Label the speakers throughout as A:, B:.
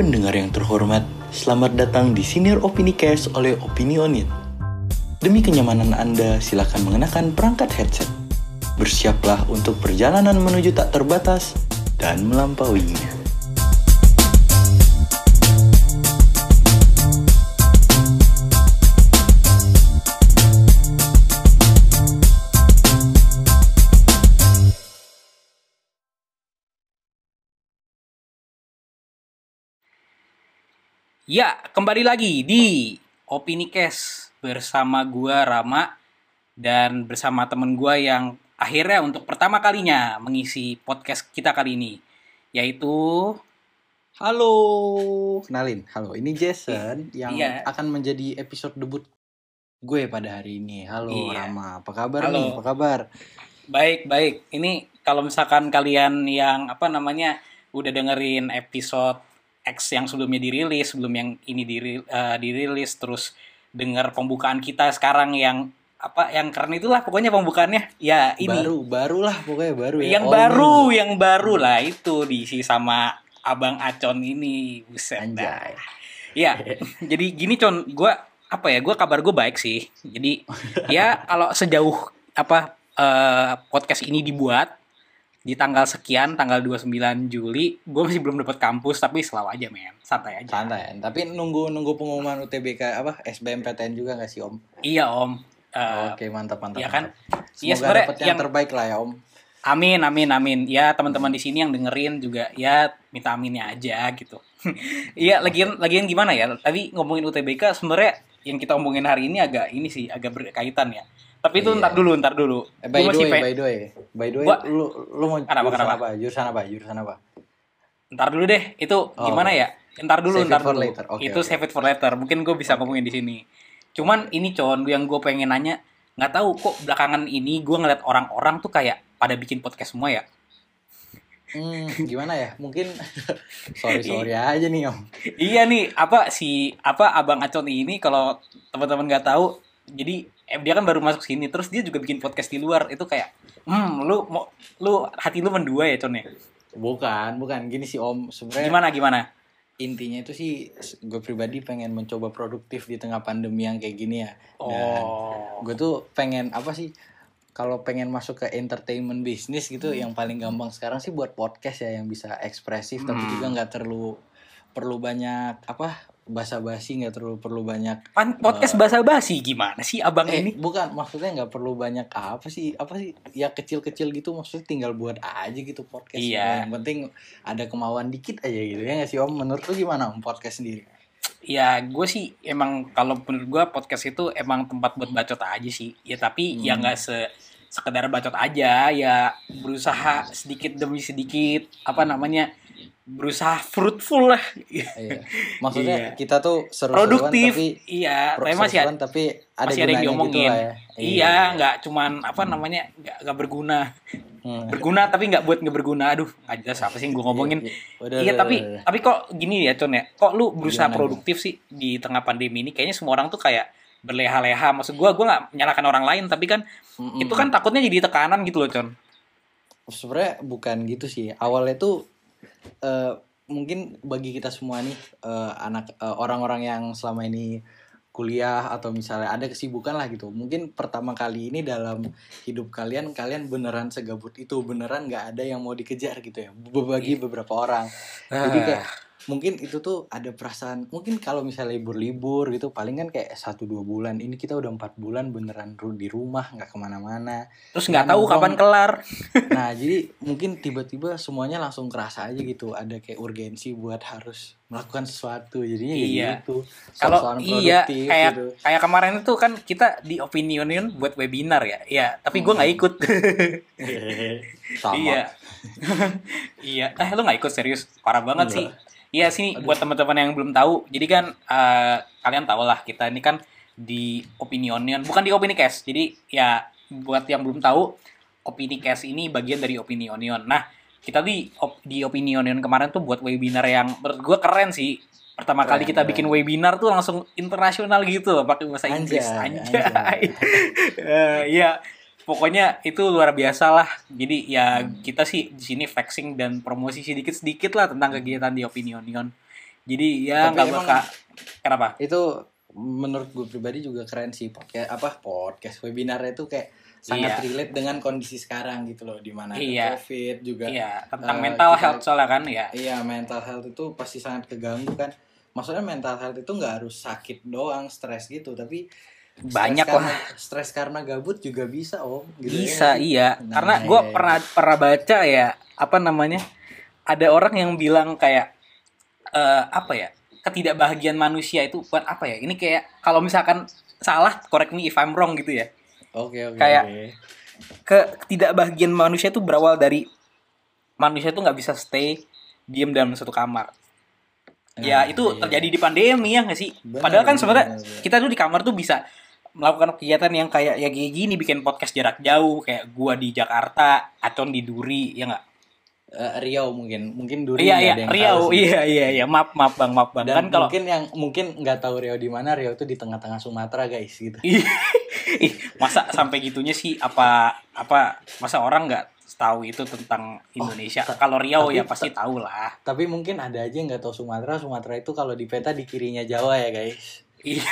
A: Pendengar yang terhormat, selamat datang di Senior Opini Cast oleh Opinionit. Demi kenyamanan Anda, silakan mengenakan perangkat headset. Bersiaplah untuk perjalanan menuju tak terbatas dan melampauinya.
B: Ya, kembali lagi di Opini Cast bersama gua Rama dan bersama temen gua yang akhirnya untuk pertama kalinya mengisi podcast kita kali ini, yaitu
A: Halo, kenalin. Halo, ini Jason yang
B: Iya.
A: akan menjadi episode debut gue pada hari ini. Halo
B: Iya.
A: Rama, apa kabar
B: Halo.
A: nih? Apa kabar?
B: Baik. Ini kalau misalkan kalian yang udah dengerin episode X yang sebelumnya dirilis, sebelum yang ini dirilis, terus denger pembukaan kita sekarang yang keren itulah pokoknya pembukaannya. Ya, ini.
A: Baru lah pokoknya baru ya.
B: Yang baru lah itu diisi sama Abang Acon ini, buset dah.
A: Anjay.
B: Ya, jadi gini Con, gue kabar gue baik sih. Jadi ya kalau sejauh podcast ini dibuat di tanggal sekian, tanggal 29 Juli, gue masih belum dapat kampus, tapi selalu aja men, santai aja.
A: Santai. Tapi nunggu pengumuman UTBK SBMPTN juga nggak sih Om?
B: Iya Om.
A: Oke, mantap.
B: Iya kan?
A: Semoga
B: sebenarnya
A: dapat yang terbaik lah ya Om.
B: Amin. Ya teman-teman di sini yang dengerin juga ya minta aminnya aja gitu. Iya, lagian gimana ya? Tadi ngomongin UTBK sebenarnya yang kita omongin hari ini agak berkaitan ya. Tapi itu
A: Iya.
B: ntar dulu.
A: By the way, lu mau
B: Kenapa?
A: Jurusan apa?
B: Ntar dulu deh. Itu gimana ya? Ntar dulu.
A: Later.
B: Itu save it for later. Mungkin gue bisa ngomongin di sini. Cuman ini Con, yang gue pengen nanya, nggak tahu kok belakangan ini gue ngeliat orang-orang tuh kayak pada bikin podcast semua ya.
A: Gimana ya? Mungkin sorry aja nih Om.
B: Iya nih, Abang Acon ini kalau teman-teman nggak tahu, jadi dia kan baru masuk sini, terus dia juga bikin podcast di luar. Itu kayak, lu hati lu mendua ya Con ya?
A: Bukan gini sih Om. Sebenarnya
B: Gimana?
A: intinya itu sih gue pribadi pengen mencoba produktif di tengah pandemi yang kayak gini ya. Dan gue tuh pengen kalau pengen masuk ke entertainment business gitu, yang paling gampang sekarang sih buat podcast ya, yang bisa ekspresif tapi juga nggak perlu banyak basa-basi, nggak perlu banyak
B: Podcast basa-basi gimana sih abang ini?
A: bukan, maksudnya nggak perlu banyak apa sih ya, kecil-kecil gitu, maksudnya tinggal buat aja gitu podcast.
B: Iya.
A: Yang penting ada kemauan dikit aja gitu ya nggak sih Om? Menurut lu gimana Om podcast sendiri?
B: Ya gue sih emang kalau menurut gue podcast itu emang tempat buat bacot aja sih. Ya tapi ya nggak sekedar bacot aja, ya berusaha sedikit demi sedikit berusaha fruitful lah.
A: Iya. Maksudnya
B: Iya.
A: kita tuh seru-seruan
B: Produktif.
A: tapi
B: Iya,
A: seru-seruan tapi ada
B: masih ada yang
A: gunanya
B: diomongin.
A: gitu lah ya.
B: Iya, nggak cuman nggak berguna. Berguna tapi nggak berguna. Aduh, nggak jelas apa sih yang gue ngomongin.
A: Udah.
B: Tapi kok gini ya Con ya, kok lu berusaha
A: Gimana,
B: produktif sih di tengah pandemi ini? Kayaknya semua orang tuh kayak berleha-leha. Maksud gue nggak menyalahkan orang lain, tapi kan itu kan takutnya jadi tekanan gitu loh Con.
A: Sebenarnya bukan gitu sih. Awalnya tuh mungkin bagi kita semua nih, orang-orang yang selama ini kuliah atau misalnya ada kesibukan lah gitu, mungkin pertama kali ini dalam hidup kalian beneran segabut itu, beneran nggak ada yang mau dikejar gitu ya, bagi beberapa orang. Jadi kayak mungkin itu tuh ada perasaan, mungkin kalau misalnya libur gitu paling kan kayak 1-2 bulan, ini kita udah 4 bulan beneran di rumah, nggak kemana-mana,
B: Terus nggak tahu kapan kelar.
A: Nah jadi mungkin tiba-tiba semuanya langsung kerasa aja gitu, ada kayak urgensi buat harus melakukan sesuatu, jadinya gitu.
B: Kalau
A: produktif gitu.
B: kayak kemarin itu kan kita di Opinionion buat webinar ya. Iya, tapi gue nggak ikut.
A: Sama.
B: Iya. Lu nggak ikut, serius? Parah banget
A: Enggak.
B: sih. Iya sih, buat teman-teman yang belum tahu. Jadi kan kalian tahu lah, kita ini kan di Opinionion, bukan di Opinicast. Jadi ya buat yang belum tahu, Opinicast ini bagian dari Opinionion. Nah, kita di Opinionion kemarin tuh buat webinar yang menurut gue keren sih. Pertama kali kita bikin webinar tuh langsung internasional gitu loh, pakai bahasa Inggris. Anjay. Iya. Pokoknya itu luar biasa lah. Jadi ya kita sih di sini flexing dan promosi sedikit-sedikit lah tentang kegiatan di Opinionion. Jadi ya
A: Tapi
B: nggak
A: emang
B: bakal. Kenapa?
A: itu menurut gue pribadi juga keren sih podcast webinarnya itu kayak sangat
B: Iya.
A: relate dengan kondisi sekarang gitu loh, di mana ada
B: Iya.
A: COVID juga.
B: Iya, tentang mental health soalnya kan ya.
A: Iya, mental health itu pasti sangat keganggu kan. Maksudnya mental health itu nggak harus sakit doang, stres gitu, tapi
B: Banyak lah.
A: stres karena gabut juga bisa gitu
B: Bisa,
A: ya nggak sih?
B: iya.
A: Nah,
B: Karena gue pernah baca ya, apa namanya? Ada orang yang bilang kayak apa ya? Ketidakbahagiaan manusia itu buat apa ya? Ini kayak kalau misalkan salah, correct me if I'm wrong gitu ya.
A: Oke.
B: Kayak ketidakbahagiaan manusia itu berawal dari manusia itu nggak bisa stay diem dalam satu kamar. Ya itu
A: iya.
B: terjadi di pandemi ya nggak sih?
A: Benar,
B: Padahal kan sebenarnya
A: benar.
B: kita tuh di kamar tuh bisa melakukan kegiatan yang kayak ya kayak gini, bikin podcast jarak jauh kayak gua di Jakarta, Acon di Duri, ya nggak?
A: Riau mungkin Duri
B: Iya
A: nggak
B: iya
A: ada yang
B: Riau,
A: tahu sih.
B: iya maaf bang.
A: Dan
B: Kan kalau
A: mungkin nggak tahu Riau di mana. Riau itu di tengah-tengah Sumatera guys gitu.
B: Ih, masa sampai gitunya sih apa masa orang nggak tahu itu tentang Indonesia? Kalau Riau ya pasti tahu lah.
A: Tapi mungkin ada aja yang nggak tahu Sumatera. Sumatera itu kalau di peta di kirinya Jawa ya guys.
B: Iya.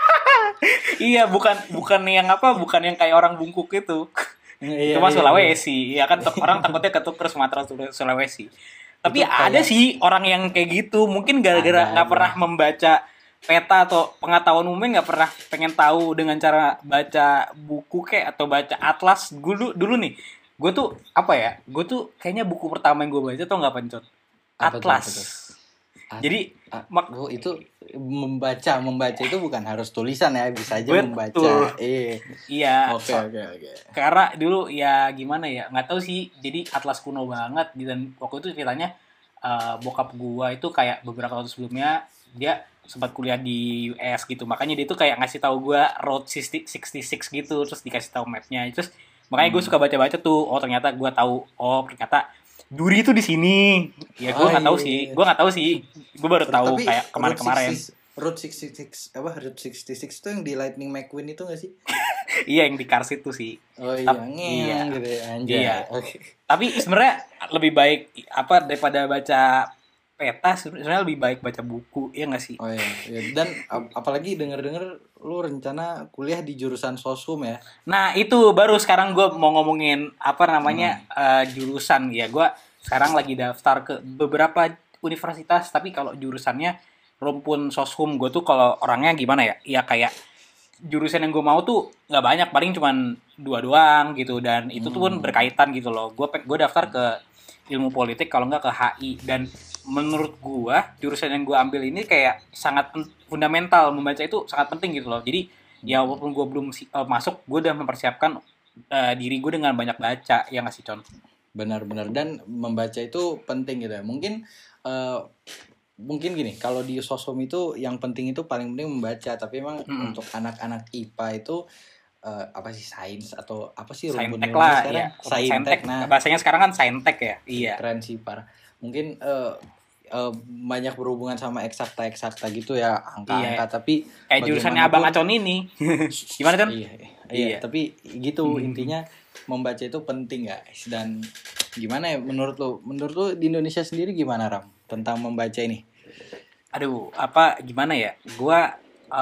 B: Iya, bukan yang kayak orang bungkuk itu.
A: Iya,
B: Cuma
A: iya.
B: Sulawesi. Ya kan orang takutnya ketuker Sumatera Sulawesi. Tapi
A: Itu
B: ada
A: kayak-
B: sih orang yang kayak gitu. Mungkin gara-gara
A: Ada.
B: nggak pernah membaca peta atau pengetahuan umumnya, nggak pernah pengen tahu dengan cara baca buku kayak atau baca atlas. Dulu nih, gue tuh apa ya? Gue tuh kayaknya buku pertama yang gue baca tuh nggak pencet.
A: Apa tuh,
B: Atlas.
A: apa tuh?
B: Jadi
A: itu membaca itu bukan harus tulisan ya, bisa aja
B: Betul.
A: membaca.
B: Iya.
A: Oke.
B: Karena dulu ya gimana ya, nggak tahu sih, jadi atlas kuno banget. Dan waktu itu ceritanya bokap gua itu kayak beberapa tahun sebelumnya dia sempat kuliah di US gitu, makanya dia tuh kayak ngasih tahu gua Route 66 gitu, terus dikasih tahu mapnya, terus makanya gue suka baca-baca tuh. Ternyata gua tahu, ternyata Duri itu di sini. Ya gue nggak tahu sih, gue baru tahu
A: Tapi
B: kayak kemarin-kemarin.
A: Route 66 Route 66 itu yang di Lightning McQueen itu nggak sih?
B: Iya, yang di Cars itu sih.
A: Oh iya,
B: Iya.
A: gitu ya, anjay.
B: Iya.
A: Oke.
B: Tapi sebenarnya lebih baik daripada baca peta, sebenarnya lebih baik baca buku, ya nggak sih?
A: Oh iya. Dan apalagi denger lu rencana kuliah di jurusan sosum ya?
B: Nah itu baru sekarang gue mau ngomongin jurusan ya. Gue sekarang lagi daftar ke beberapa universitas, tapi kalau jurusannya rumpun soshum. Gue tuh kalau orangnya gimana ya? Ya kayak jurusan yang gue mau tuh nggak banyak, paling cuman 2 doang gitu, dan itu tuh pun berkaitan gitu loh. Gue daftar ke ilmu politik, kalau nggak ke HI, dan menurut gue jurusan yang gue ambil ini kayak sangat fundamental, membaca itu sangat penting gitu loh. Jadi ya walaupun gue belum masuk, gue udah mempersiapkan diri gue dengan banyak baca, ya nggak sih Con?
A: Benar-benar, dan membaca itu penting gitu ya. Mungkin gini, kalau di sosum itu yang penting itu paling penting membaca, tapi emang untuk anak-anak IPA itu apa sih, sains atau apa sih
B: Saintek lah ya.
A: Saintek. Nah,
B: bahasanya sekarang kan saintek ya. Iya.
A: keren sih parah. Mungkin banyak berhubungan sama eksakta gitu ya, angka-angka, tapi
B: kayak jurusannya Abang Acon ini. Gimana Con?
A: Iya, tapi gitu intinya membaca itu penting guys. Dan gimana ya menurut lu di Indonesia sendiri gimana Ram tentang membaca ini?
B: Aduh, gimana ya? Gua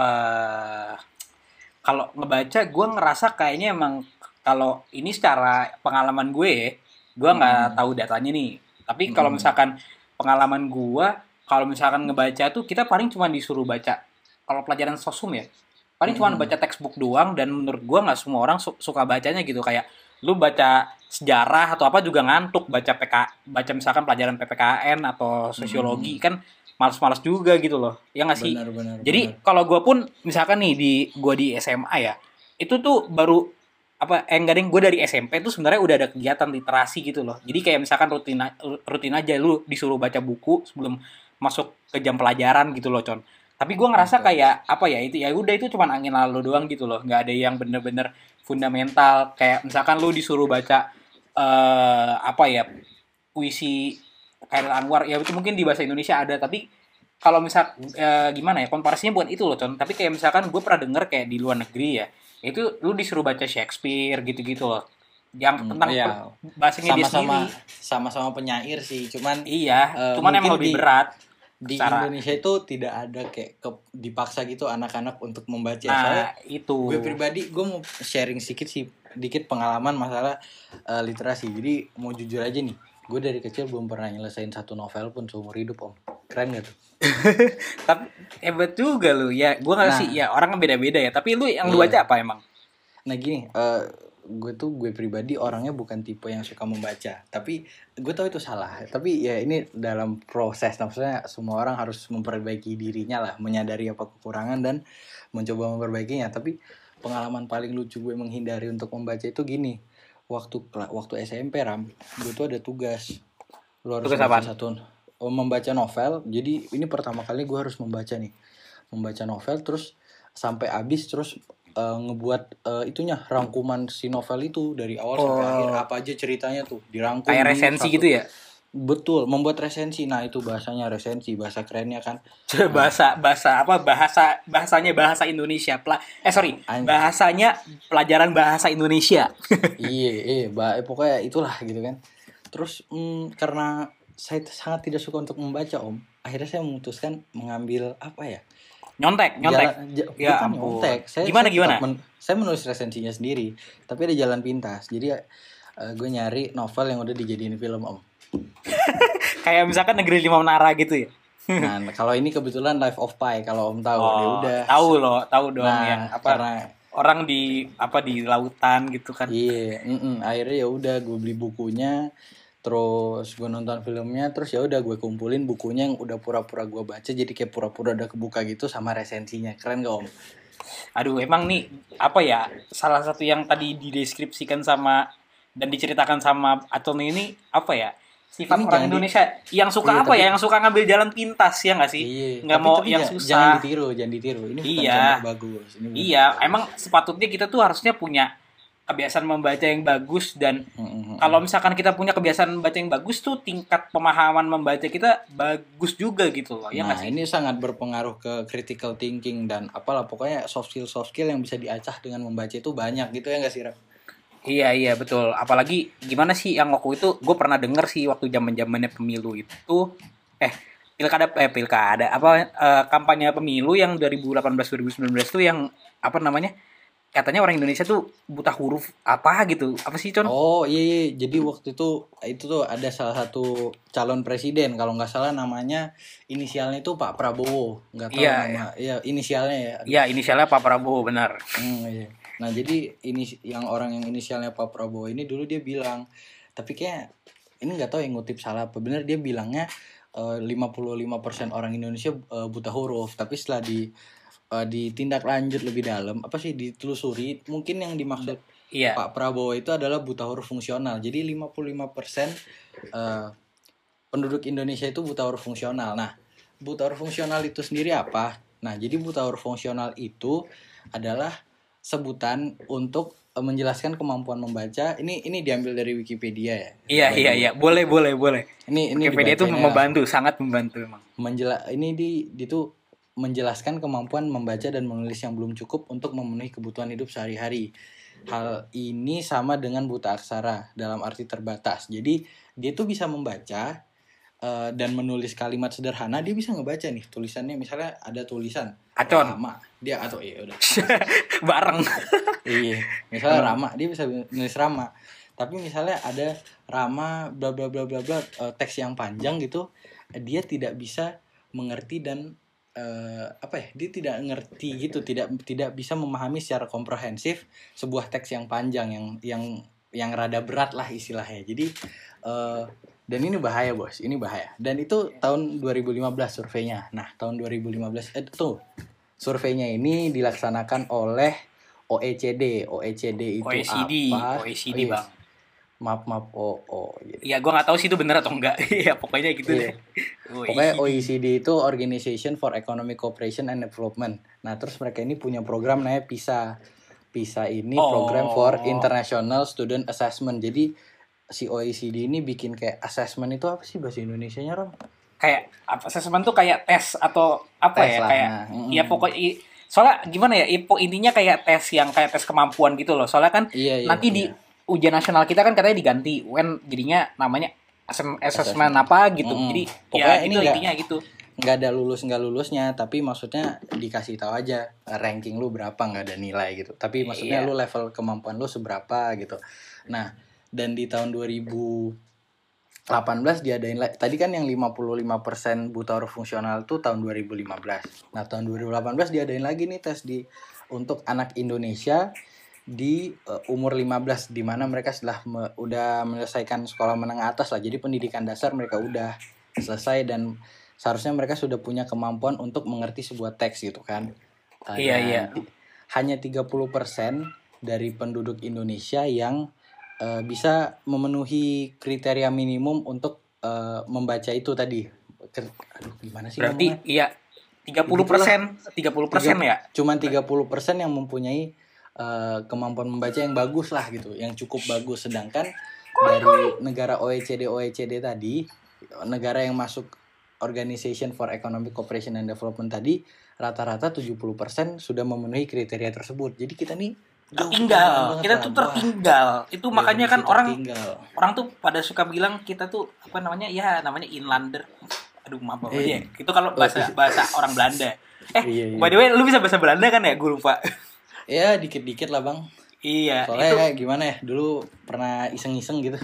B: kalau ngebaca, gue ngerasa kayaknya emang, kalau ini secara pengalaman gue nggak tahu datanya nih. Tapi kalau misalkan pengalaman gue, kalau misalkan ngebaca tuh kita paling cuma disuruh baca, kalau pelajaran sosum ya, paling cuma baca textbook doang. Dan menurut gue nggak semua orang suka bacanya gitu. Kayak lu baca sejarah atau apa juga ngantuk, baca misalkan pelajaran PPKN atau sosiologi kan malas-malas juga gitu loh, ya nggak sih?
A: Benar.
B: Jadi kalau gue pun misalkan nih di SMA ya, itu tuh baru gue dari SMP tuh sebenarnya udah ada kegiatan literasi gitu loh. Jadi kayak misalkan rutin aja lu disuruh baca buku sebelum masuk ke jam pelajaran gitu loh Con. Tapi gue ngerasa kayak itu ya udah, itu cuma angin lalu doang gitu loh, nggak ada yang bener-bener fundamental. Kayak misalkan lu disuruh baca puisi Khairil Anwar, ya itu mungkin di bahasa Indonesia ada, tapi kalau misal gimana ya, komparasinya bukan itu loh Con. Tapi kayak misalkan gue pernah denger kayak di luar negeri ya, itu lu disuruh baca Shakespeare gitu-gitu loh, yang tentang bahasanya dia sendiri.
A: Sama-sama penyair sih, cuman
B: cuman emang lebih berat.
A: di
B: secara
A: Indonesia itu tidak ada kayak dipaksa gitu anak-anak untuk membaca.
B: nah
A: Soalnya
B: itu
A: gue pribadi gue mau sharing sedikit pengalaman masalah literasi. Jadi mau jujur aja nih, gue dari kecil belum pernah nyelesain satu novel pun seumur hidup om. Keren gak tuh?
B: tapi hebat juga lu ya. Gue nggak
A: Nah,
B: sih ya, orang kan beda-beda ya, tapi lu yang lu
A: iya.
B: baca apa emang?
A: Nah gini, gue pribadi orangnya bukan tipe yang suka membaca, tapi gue tahu itu salah. Tapi ya ini dalam proses, maksudnya semua orang harus memperbaiki dirinya lah, menyadari apa kekurangan dan mencoba memperbaikinya. Tapi pengalaman paling lucu gue menghindari untuk membaca itu gini, waktu SMP Ram, gue tuh ada tugas, lu harus
B: Tugas
A: baca
B: apaan?
A: membaca novel. Jadi ini pertama kali gue harus membaca novel terus sampai habis terus ngebuat itunya rangkuman si novel itu dari awal sampai akhir apa aja ceritanya tuh dirangkum
B: Kayak
A: dulu
B: resensi
A: satu.
B: gitu ya?
A: Betul, membuat resensi. Nah, itu bahasanya resensi, bahasa kerennya kan.
B: Bahasanya bahasa Indonesia. Bahasanya pelajaran bahasa Indonesia.
A: Iya, pokoknya itulah gitu kan. Terus karena saya sangat tidak suka untuk membaca, Om. Akhirnya saya memutuskan mengambil apa ya?
B: Nyontek. Ya
A: Bukan
B: ampun.
A: nyontek.
B: Gimana?
A: Saya menulis resensinya sendiri, tapi ada jalan pintas. Jadi gue nyari novel yang udah dijadiin film, Om.
B: Kayak misalkan Negeri Lima Menara gitu ya.
A: Nah, kalau ini kebetulan Life of Pi, kalau Om tahu, ya udah.
B: Tahu dong
A: Nah,
B: yang apa?
A: karena
B: Orang di lautan gitu kan.
A: iya, akhirnya ya udah gue beli bukunya, terus gue nonton filmnya, terus ya udah gue kumpulin bukunya yang udah pura-pura gue baca, jadi kayak pura-pura udah kebuka gitu sama resensinya. Keren gak Om?
B: Aduh, emang nih apa ya? Salah satu yang tadi dideskripsikan sama dan diceritakan sama Atun ini apa ya? Sifat
A: Ini
B: orang Indonesia yang suka
A: Iya,
B: apa ya? Yang suka ngambil jalan pintas ya nggak sih?
A: Iya,
B: Nggak mau yang
A: jangan
B: susah.
A: jangan ditiru. Ini bukan
B: Iya.
A: contoh bagus. Ini bukan
B: Iya, emang sepatutnya kita tuh harusnya punya kebiasaan membaca yang bagus dan kalau misalkan kita punya kebiasaan membaca yang bagus tuh tingkat pemahaman membaca kita bagus juga gitu loh. Ya
A: Nah,
B: nggak sih?
A: ini sangat berpengaruh ke critical thinking dan apalah pokoknya soft skill yang bisa diacah dengan membaca itu banyak gitu ya nggak sih, Rap?
B: Iya betul. Apalagi gimana sih yang waktu itu gue pernah denger sih waktu zamannya pemilu itu pilkada kampanye pemilu yang 2018 2019 tuh yang apa namanya? Katanya orang Indonesia tuh buta huruf apa gitu. Apa sih, Con?
A: Oh iya, jadi waktu itu tuh ada salah satu calon presiden kalau nggak salah namanya inisialnya itu Pak Prabowo, nggak tahu nama, ya inisialnya ya.
B: Iya, inisialnya Pak Prabowo, benar.
A: Iya. Nah jadi ini yang orang yang inisialnya Pak Prabowo ini dulu dia bilang, tapi kayak ini nggak tahu yang ngutip salah apa benar, dia bilangnya 55% orang Indonesia buta huruf, tapi setelah ditindak lanjut lebih dalam apa sih ditelusuri mungkin yang dimaksud Pak Prabowo itu adalah buta huruf fungsional. Jadi 55% penduduk Indonesia itu buta huruf fungsional. Nah, buta huruf fungsional itu sendiri apa? Nah, jadi buta huruf fungsional itu adalah sebutan untuk menjelaskan kemampuan membaca. Ini diambil dari Wikipedia ya.
B: Iya. Boleh.
A: Ini
B: Wikipedia itu sangat membantu emang.
A: Itu menjelaskan kemampuan membaca dan menulis yang belum cukup untuk memenuhi kebutuhan hidup sehari-hari. Hal ini sama dengan buta aksara dalam arti terbatas. Jadi dia tuh bisa membaca dan menulis kalimat sederhana, dia bisa ngebaca nih tulisannya. Misalnya ada tulisan
B: Acon,
A: Rama, dia atau iya udah
B: bareng.
A: Iya, misalnya Rama, dia bisa nulis Rama. Tapi misalnya ada Rama bla bla bla bla bla teks yang panjang gitu, dia tidak bisa mengerti dan dia tidak ngerti gitu, tidak bisa memahami secara komprehensif sebuah teks yang panjang yang rada berat lah istilahnya. Jadi dan ini bahaya bos, ini bahaya. Dan itu tahun 2015 surveinya. Nah tahun 2015 surveinya ini dilaksanakan oleh OECD itu
B: OECD,
A: apa?
B: OECD bang.
A: Maaf gitu.
B: Ya gue nggak tahu sih itu benar atau enggak. Ya pokoknya gitu deh.
A: Pokoknya OECD itu Organization for Economic Cooperation and Development. Nah terus mereka ini punya program namanya PISA. PISA ini program for International Student Assessment. Jadi si OECD ini bikin kayak assessment itu apa sih bahasa Indonesianya Rom?
B: Kayak assessment tuh kayak tes atau apa tes ya lah, kayak ya pokoknya soalnya gimana ya intinya kayak tes kemampuan gitu loh. Soalnya kan nanti di ujian nasional kita kan katanya diganti UN jadinya namanya assessment apa gitu. Jadi
A: pokoknya
B: ya
A: ini
B: itu intinya gitu.
A: nggak ada lulus nggak lulusnya, tapi maksudnya dikasih tahu aja ranking lu berapa, nggak ada nilai gitu. Tapi maksudnya lu level kemampuan lu seberapa gitu. Nah, dan di tahun 2018 diadain tadi kan yang 55% buta huruf fungsional tuh tahun 2015. Nah, tahun 2018 diadain lagi nih tes untuk anak Indonesia di umur 15, di mana mereka setelah udah menyelesaikan sekolah menengah atas lah. Jadi pendidikan dasar mereka udah selesai dan seharusnya mereka sudah punya kemampuan untuk mengerti sebuah teks gitu kan.
B: Iya.
A: Hanya 30% dari penduduk Indonesia yang bisa memenuhi kriteria minimum untuk membaca itu tadi. Aduh, gimana sih
B: berarti ngomongnya? Iya 30% ya.
A: Cuman 30% yang mempunyai kemampuan membaca yang bagus lah gitu, yang cukup bagus. Sedangkan dari negara OECD tadi, negara yang masuk Organization for Economic Cooperation and Development tadi, rata-rata 70% sudah memenuhi kriteria tersebut. Jadi kita nih
B: tertinggal, kita tuh tertinggal. Itu makanya kan orang tuh pada suka bilang kita tuh apa namanya inlander. Aduh maaf ya. Itu kalau bahasa orang Belanda. By the way, lu bisa bahasa Belanda kan ya? Gue lupa.
A: Ya dikit-dikit lah bang.
B: Iya.
A: Soalnya gimana ya? Dulu pernah iseng-iseng gitu.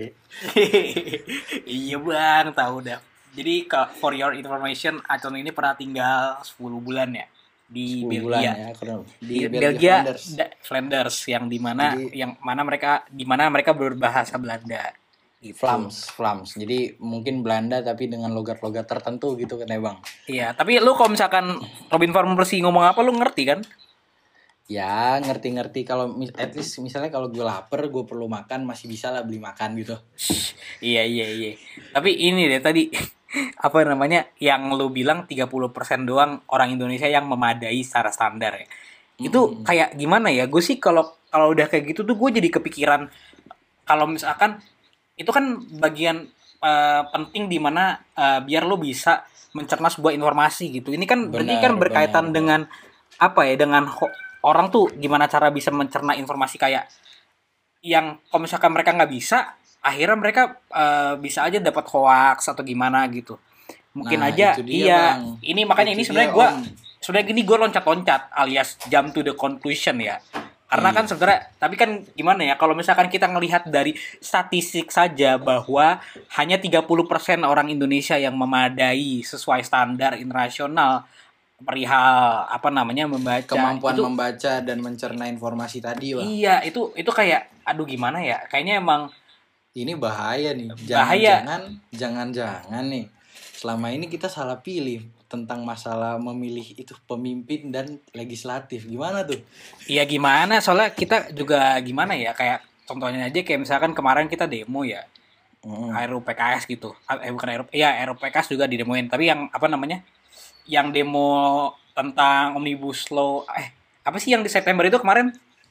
B: Iya bang, tahu dah. Jadi for your information, Acon ini pernah tinggal 10 bulan ya di Belgia.
A: Di
B: Belgia Flanders yang mana mereka berbahasa Belanda.
A: Gitu. Vlaams. Jadi mungkin Belanda tapi dengan logat-logat tertentu gitu kan ya bang.
B: Iya, tapi lu kalau misalkan Robin Van Persie ngomong apa lu ngerti kan?
A: Ya ngerti. Kalau at least misalnya kalau gue lapar, gue perlu makan, masih bisa lah beli makan gitu.
B: Iya. Tapi ini deh tadi apa namanya yang lu bilang 30% doang orang Indonesia yang memadai secara standar ya. Itu kayak gimana ya? Gue sih kalau udah kayak gitu tuh gue jadi kepikiran kalau misalkan itu kan bagian penting di mana biar lo bisa mencerna sebuah informasi gitu. Ini kan berarti kan berkaitan dengan apa ya, dengan orang tuh gimana cara bisa mencerna informasi kayak yang kalau misalkan mereka nggak bisa, akhirnya mereka bisa aja dapat hoax atau gimana gitu. Mungkin aja iya. Bang. Ini makanya ini sebenarnya gini gue loncat-loncat alias jump to the conclusion ya. Karena kan sebenarnya, tapi kan gimana ya, kalau misalkan kita ngelihat dari statistik saja bahwa hanya 30% orang Indonesia yang memadai sesuai standar internasional perihal membaca,
A: kemampuan membaca dan mencerna informasi tadi, Wak.
B: Iya, itu kayak aduh gimana ya? Kayaknya emang
A: ini bahaya nih. Jangan-jangan nih. Selama ini kita salah pilih tentang masalah memilih itu pemimpin dan legislatif. Gimana tuh?
B: Iya gimana, soalnya kita juga gimana ya, kayak contohnya aja kayak misalkan kemarin kita demo ya, RUU PKS gitu. RUU PKS juga didemoin. Tapi yang yang demo tentang Omnibus Law, apa sih yang di September itu kemarin?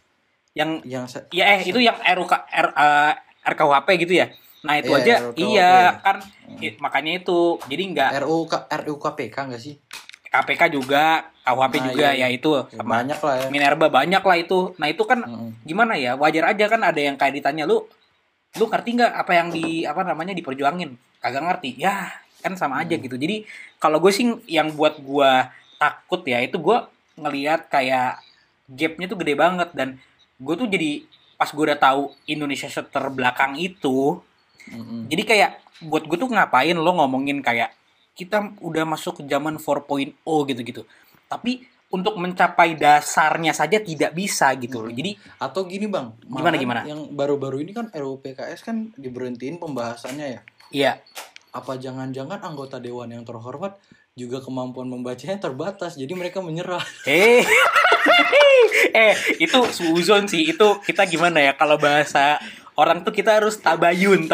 B: Itu yang RKUHP gitu ya. Nah itu aja kan makanya itu jadi nggak
A: RUU KPK nggak sih?
B: KPK juga, KUHP juga ya itu
A: banyak lah ya.
B: Minerba banyak lah itu. Nah itu kan gimana ya, wajar aja kan ada yang kayak ditanya lu ngerti nggak apa yang diperjuangin? Kagak ngerti ya kan sama aja gitu. Jadi kalau gue sih yang buat gue takut ya itu gue ngelihat kayak gapnya tuh gede banget, dan gue tuh jadi pas gue udah tahu Indonesia terbelakang itu. Jadi kayak buat gue tuh ngapain lo ngomongin kayak kita udah masuk ke zaman 4.0 gitu-gitu. Tapi untuk mencapai dasarnya saja tidak bisa gitu loh. Jadi
A: atau gini bang,
B: gimana?
A: Yang baru-baru ini kan RUU PKS kan diberhentiin pembahasannya ya.
B: Iya.
A: Apa jangan-jangan anggota dewan yang terhormat juga kemampuan membacanya terbatas, jadi mereka menyerah.
B: Itu suzon sih. Itu kita gimana ya, kalau bahasa orang tuh kita harus tabayun.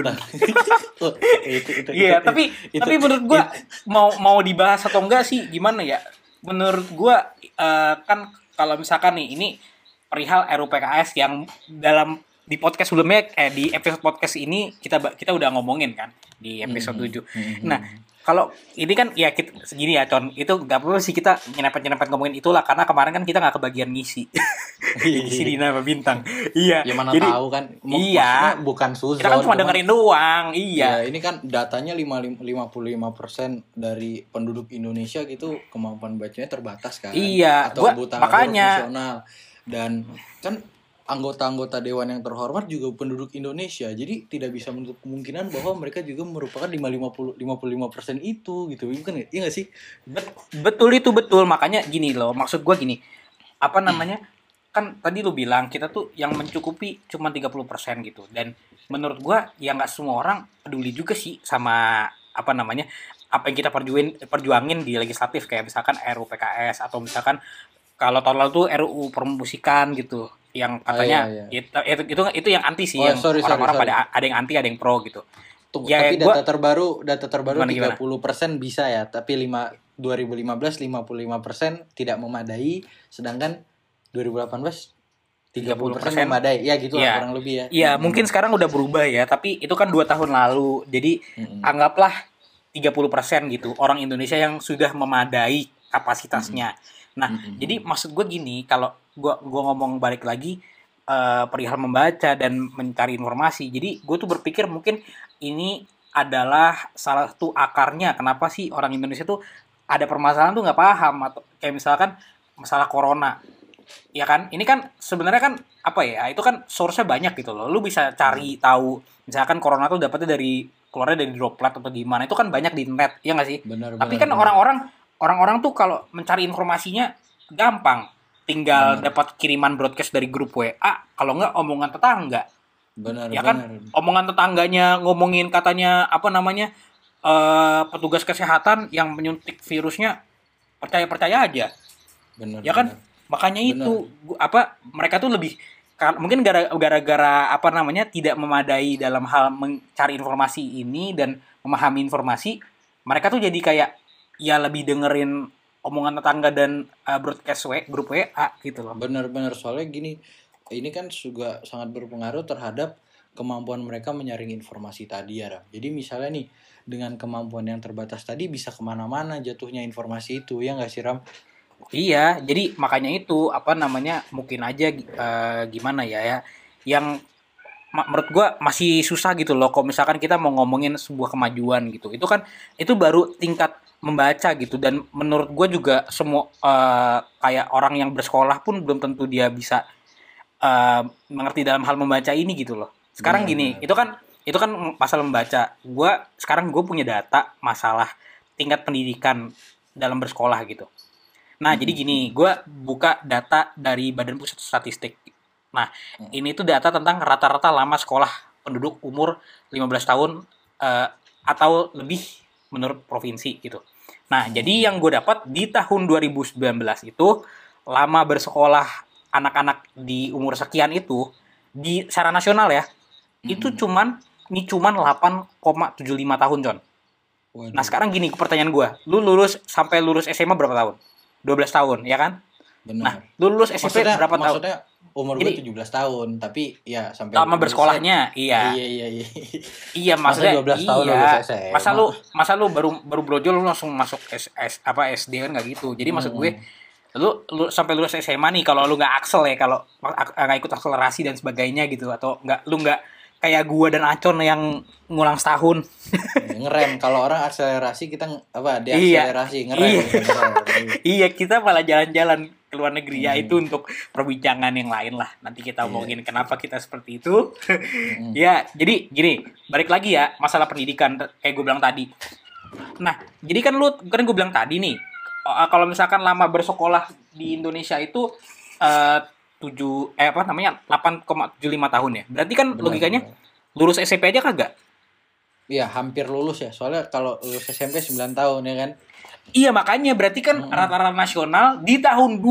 B: Iya, tapi menurut gua mau dibahas atau enggak sih gimana ya? Menurut gua kan kalau misalkan nih ini perihal RUU PKS yang dalam di podcast sebelumnya di episode podcast ini kita udah ngomongin kan di episode 7. Nah, kalau ini kan ya kita segini ya Con, itu nggak perlu sih kita nyerempet ngomongin itulah karena kemarin kan kita nggak kebagian ngisi. Ngisi di Nama Bintang. Iya.
A: Ya mana
B: jadi,
A: tahu kan.
B: Iya.
A: Bukan suzon.
B: Kita kan cuma dengerin doang. Iya.
A: Ya, ini kan datanya 55% dari penduduk Indonesia gitu kemampuan bacanya terbatas kan.
B: Iya.
A: Atau buta
B: makanya
A: fungsional. Dan kan anggota-anggota dewan yang terhormat juga penduduk Indonesia. Jadi tidak bisa menutup kemungkinan bahwa mereka juga merupakan 55% itu gitu. Bukan iya enggak sih?
B: Betul itu betul. Makanya gini loh, maksud gua gini. Apa namanya? Kan tadi lu bilang kita tuh yang mencukupi cuma 30% gitu. Dan menurut gua ya enggak semua orang peduli juga sih sama apa namanya? Apa yang kita perjuangin di legislatif kayak misalkan RUU PKS atau misalkan kalau tahun lalu tuh RUU permusikan gitu. Yang katanya itu yang anti sih, yang orang-orang pada ada yang anti ada yang pro gitu.
A: Ya, tapi data terbaru 30% bisa ya, tapi 2015 55% tidak memadai, sedangkan 2018 30% memadai. Ya gitu lah kurang lebih ya.
B: Iya, mungkin sekarang udah berubah ya, tapi itu kan 2 tahun lalu. Jadi anggaplah 30% gitu orang Indonesia yang sudah memadai kapasitasnya. Nah, jadi maksud gue gini, kalau gue ngomong balik lagi perihal membaca dan mencari informasi. Jadi gue tuh berpikir mungkin ini adalah salah satu akarnya kenapa sih orang Indonesia tuh ada permasalahan tuh nggak paham, atau kayak misalkan masalah corona. Ya kan? Ini kan sebenarnya kan apa ya? Itu kan source-nya banyak gitu loh. Lu bisa cari tahu misalkan corona tuh dapetnya keluarnya dari droplet atau gimana. Itu kan banyak di internet, ya nggak sih? Tapi kan orang-orang tuh kalau mencari informasinya gampang, tinggal dapat kiriman broadcast dari grup WA, kalau nggak omongan tetangga. Kan omongan tetangganya ngomongin katanya apa namanya petugas kesehatan yang menyuntik virusnya, percaya aja. Makanya itu mereka tuh lebih mungkin gara-gara apa namanya tidak memadai dalam hal mencari informasi ini dan memahami informasi, mereka tuh jadi kayak ya lebih dengerin omongan tetangga dan broadcast grup WA gitu loh.
A: Benar-benar, soalnya gini, ini kan juga sangat berpengaruh terhadap kemampuan mereka menyaring informasi tadi ya Ram. Jadi misalnya nih, dengan kemampuan yang terbatas tadi bisa kemana-mana jatuhnya informasi itu, ya nggak sih Ram?
B: Iya, jadi makanya itu apa namanya mungkin aja gimana ya yang menurut gue masih susah gitu loh. Kalau misalkan kita mau ngomongin sebuah kemajuan gitu, itu kan itu baru tingkat membaca gitu, dan menurut gue juga semua kayak orang yang bersekolah pun belum tentu dia bisa mengerti dalam hal membaca ini gitu loh. Sekarang gini, itu kan masalah membaca. Sekarang gue punya data masalah tingkat pendidikan dalam bersekolah gitu. Nah, jadi gini, gue buka data dari Badan Pusat Statistik. Nah, ini tuh data tentang rata-rata lama sekolah penduduk umur 15 tahun atau lebih menurut provinsi gitu. Nah, jadi yang gue dapat di tahun 2019 itu lama bersekolah anak-anak di umur sekian itu di secara nasional ya, itu cuman 8,75 tahun, Con. Nah, sekarang gini pertanyaan gue, lu sampai lulus SMA berapa tahun? 12 tahun, ya kan?
A: Benar.
B: Nah, lu lulus SMP berapa tahun?
A: Maksudnya umur gue 17 tahun, tapi ya sampai
B: lama bersekolahnya, iya. Iya, maksudnya
A: 12 tahun lulus SMA.
B: Masa lu baru brojol lu langsung masuk SD kan enggak gitu. Jadi maksud gue lu sampai lulus SMA nih, kalau lu enggak aksel ya, kalau enggak ikut akselerasi dan sebagainya gitu, atau enggak kayak gua dan Acon yang ngulang setahun.
A: Ngerem. Kalau orang akselerasi, kita diakselerasi, ngerem.
B: Iya, kita malah jalan-jalan ke luar negeri ya, itu untuk perbincangan yang lain lah. Nanti kita omongin kenapa kita seperti itu. Ya, jadi gini, balik lagi ya masalah pendidikan kayak gue bilang tadi. Nah, jadi kan gue bilang tadi nih, kalau misalkan lama bersekolah di Indonesia itu 8,75 tahun ya. Berarti kan logikanya lulus SMP aja kagak?
A: Iya, hampir lulus ya. Soalnya kalau lulus SMP 9 tahun ya kan.
B: Iya, makanya berarti kan rata-rata nasional di tahun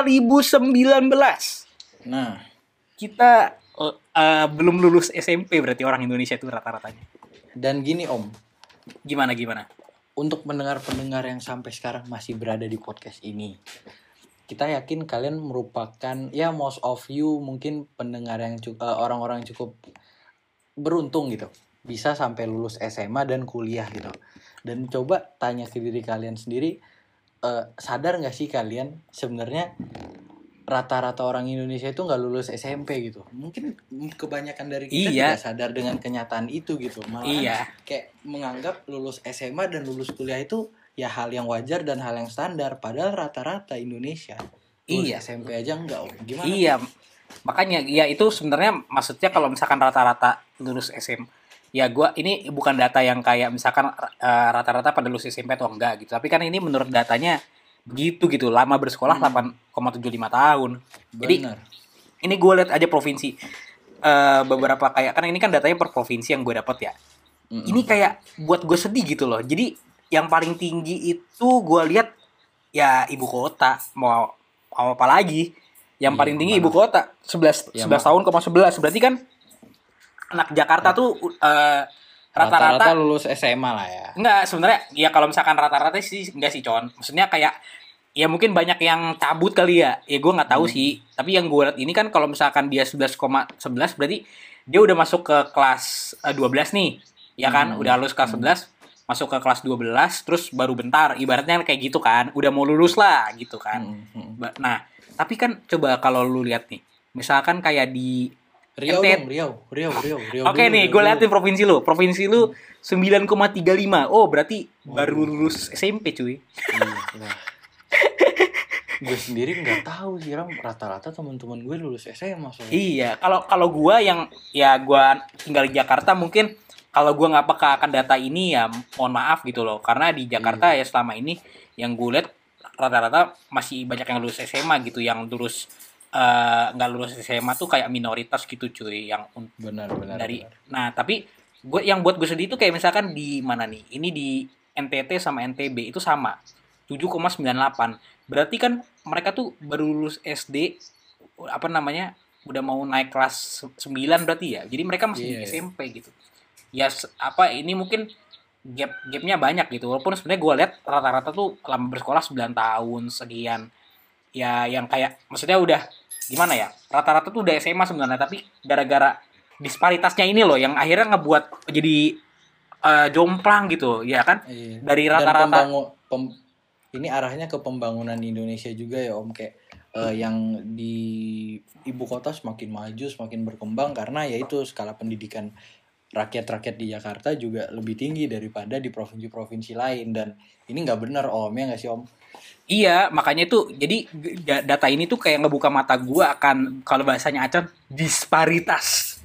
B: 2019.
A: Nah,
B: kita belum lulus SMP, berarti orang Indonesia itu rata-ratanya.
A: Dan gini Om.
B: Gimana?
A: Untuk pendengar-pendengar yang sampai sekarang masih berada di podcast ini, kita yakin kalian merupakan ya most of you mungkin pendengar yang orang-orang yang cukup beruntung gitu, bisa sampai lulus SMA dan kuliah gitu. Dan coba tanya ke diri kalian sendiri, sadar nggak sih kalian sebenarnya rata-rata orang Indonesia itu nggak lulus SMP gitu. Mungkin kebanyakan dari kita tidak sadar dengan kenyataan itu gitu. Malah kayak menganggap lulus SMA dan lulus kuliah itu ya hal yang wajar dan hal yang standar. Padahal rata-rata Indonesia lulus SMP aja enggak. Gimana?
B: Iya, makanya ya itu sebenarnya maksudnya kalau misalkan rata-rata lulus SM, ya gue ini bukan data yang kayak misalkan rata-rata pada lulus SMP atau enggak gitu. Tapi kan ini menurut datanya begitu gitu, lama bersekolah 8,75 tahun. Jadi ini gue lihat aja provinsi beberapa kayak, kan ini kan datanya per provinsi yang gue dapat ya. Ini kayak buat gue sedih gitu loh. Jadi yang paling tinggi itu gue lihat ya ibu kota, mau apa lagi? Yang paling tinggi ibu kota 11 tahun,11. Berarti kan anak Jakarta tuh rata-rata
A: lulus SMA lah ya.
B: Enggak, sebenarnya ya kalau misalkan rata-rata sih enggak sih, Con. Maksudnya kayak ya mungkin banyak yang cabut kali ya. Ya gue nggak tahu sih. Tapi yang gue lihat ini kan kalau misalkan dia 11,11 berarti dia udah masuk ke kelas 12 nih. Ya kan? Udah lulus kelas 11, masuk ke kelas 12, terus baru bentar. Ibaratnya kayak gitu kan. Udah mau lulus lah gitu kan. Nah, tapi kan coba kalau lu lihat nih. Misalkan kayak di
A: Riau.
B: Oke nih, gue liatin provinsi lu. Provinsi lu 9,35. Oh, berarti baru lulus SMP, cuy.
A: Gue sendiri nggak tahu sih, rata-rata teman-teman gue lulus SMA soalnya.
B: Iya, kalau gue yang ya gue tinggal di Jakarta, mungkin kalau gue nggak peka akan data ini ya mohon maaf gitu loh. Karena di Jakarta ya selama ini yang gue lihat rata-rata masih banyak yang lulus SMA gitu, yang lulus nggak lulus SMA tuh kayak minoritas gitu cuy, yang
A: benar.
B: Nah tapi gue yang buat gue sedih tuh kayak misalkan di mana nih, ini di NTT sama NTB itu sama 7,98. Berarti kan mereka tuh baru lulus SD apa namanya udah mau naik kelas 9 berarti ya, jadi mereka masih di SMP gitu ya. Apa ini mungkin gapnya banyak gitu, walaupun sebenarnya gue lihat rata-rata tuh lama bersekolah 9 tahun sekian ya, yang kayak maksudnya udah gimana ya, rata-rata tuh udah SMA sebenarnya, tapi gara-gara disparitasnya ini loh yang akhirnya ngebuat jadi jomplang gitu ya kan. Dari rata-rata
A: ini arahnya ke pembangunan Indonesia juga ya Om, kayak yang di ibu kota semakin maju, semakin berkembang karena yaitu skala pendidikan rakyat-rakyat di Jakarta juga lebih tinggi daripada di provinsi-provinsi lain. Dan ini nggak benar Om, ya nggak sih Om?
B: Iya, makanya tuh jadi data ini tuh kayak ngebuka mata gue akan, kalau bahasanya Acan, disparitas.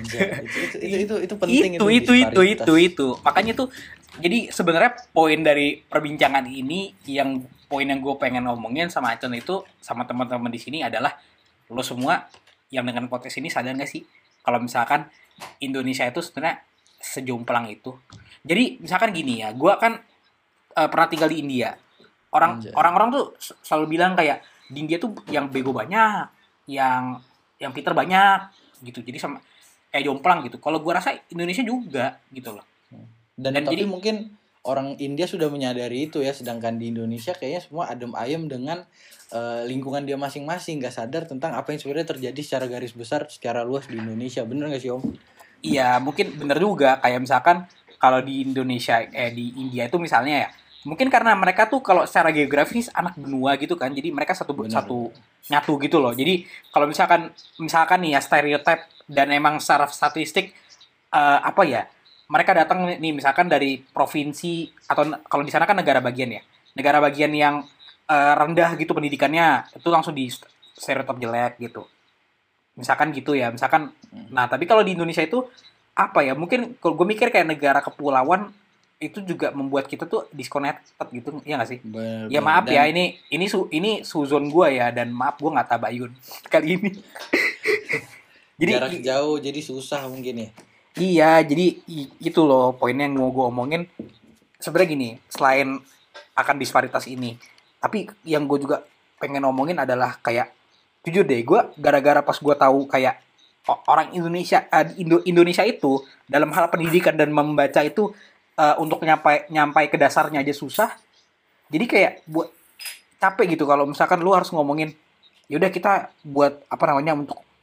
A: Itu penting.
B: Itu makanya tuh jadi sebenarnya poin dari perbincangan ini, yang poin yang gue pengen ngomongin sama Acan itu sama teman-teman di sini adalah, lo semua yang dengan podcast ini sadar nggak sih kalau misalkan Indonesia itu sebenarnya sejomplang itu. Jadi misalkan gini ya, gue kan pernah tinggal di India. Orang-orang tuh selalu bilang kayak di India tuh yang bego banyak, yang pinter banyak gitu. Jadi sama kayak jomplang gitu. Kalau gue rasa Indonesia juga gitu loh.
A: Dan tapi jadi, mungkin orang India sudah menyadari itu ya, sedangkan di Indonesia kayaknya semua adem ayem dengan lingkungan dia masing-masing, nggak sadar tentang apa yang sebenarnya terjadi secara garis besar, secara luas di Indonesia. Bener nggak sih Om?
B: Iya, mungkin bener juga. Kayak misalkan kalau di Indonesia, di India itu misalnya ya, mungkin karena mereka tuh kalau secara geografis anak benua gitu kan, jadi mereka satu nyatu gitu loh. Jadi kalau misalkan nih ya stereotip dan emang secara statistik apa ya, mereka datang nih misalkan dari provinsi, atau kalau di sana kan negara bagian yang rendah gitu pendidikannya, itu langsung di stereotip jelek gitu. Misalkan gitu ya, misalkan. Nah, tapi kalau di Indonesia itu apa ya? Mungkin kalau gue mikir kayak negara kepulauan itu juga membuat kita tuh disconnected gitu, ya nggak sih? Ya maaf ya, ini suzon gue ya, dan maaf gue nggak tabayun kali ini.
A: Jadi jarak jauh, jadi susah mungkin ya.
B: Iya, jadi itu loh poinnya yang mau gue omongin. Sebenarnya gini, selain akan disparitas ini, tapi yang gue juga pengen omongin adalah kayak, jujur deh, gue gara-gara pas gue tahu kayak orang Indonesia itu dalam hal pendidikan dan membaca itu untuk nyampai ke dasarnya aja susah. Jadi kayak capek gitu kalau misalkan lu harus ngomongin yaudah kita buat apa namanya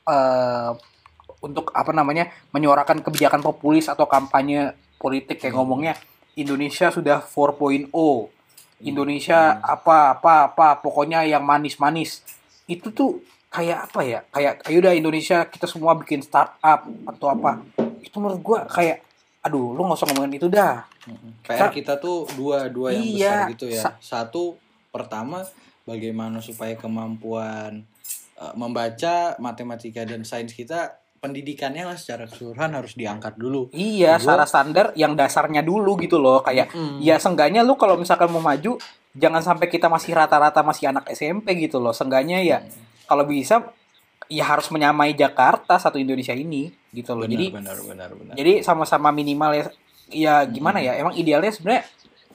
B: untuk apa namanya menyuarakan kebijakan populis atau kampanye politik kayak ngomongnya Indonesia sudah 4.0, Indonesia apa pokoknya yang manis-manis. Itu tuh kayak apa ya, kayak ayo udah Indonesia kita semua bikin startup atau apa. Itu menurut gua kayak aduh lu nggak usah ngomongin itu dah.
A: PR kita tuh dua yang
B: Iya,
A: besar gitu ya. Satu, pertama bagaimana supaya kemampuan membaca, matematika dan sains kita, pendidikannya lah secara keseluruhan harus diangkat dulu.
B: Iya, secara standar yang dasarnya dulu gitu loh. Kayak ya seenggaknya lu kalau misalkan mau maju jangan sampai kita masih rata-rata masih anak SMP gitu loh. Seenggaknya ya kalau bisa ya harus menyamai Jakarta satu Indonesia ini gitu loh.
A: Benar.
B: Jadi sama-sama minimal ya. Ya gimana ya? Emang idealnya sebenarnya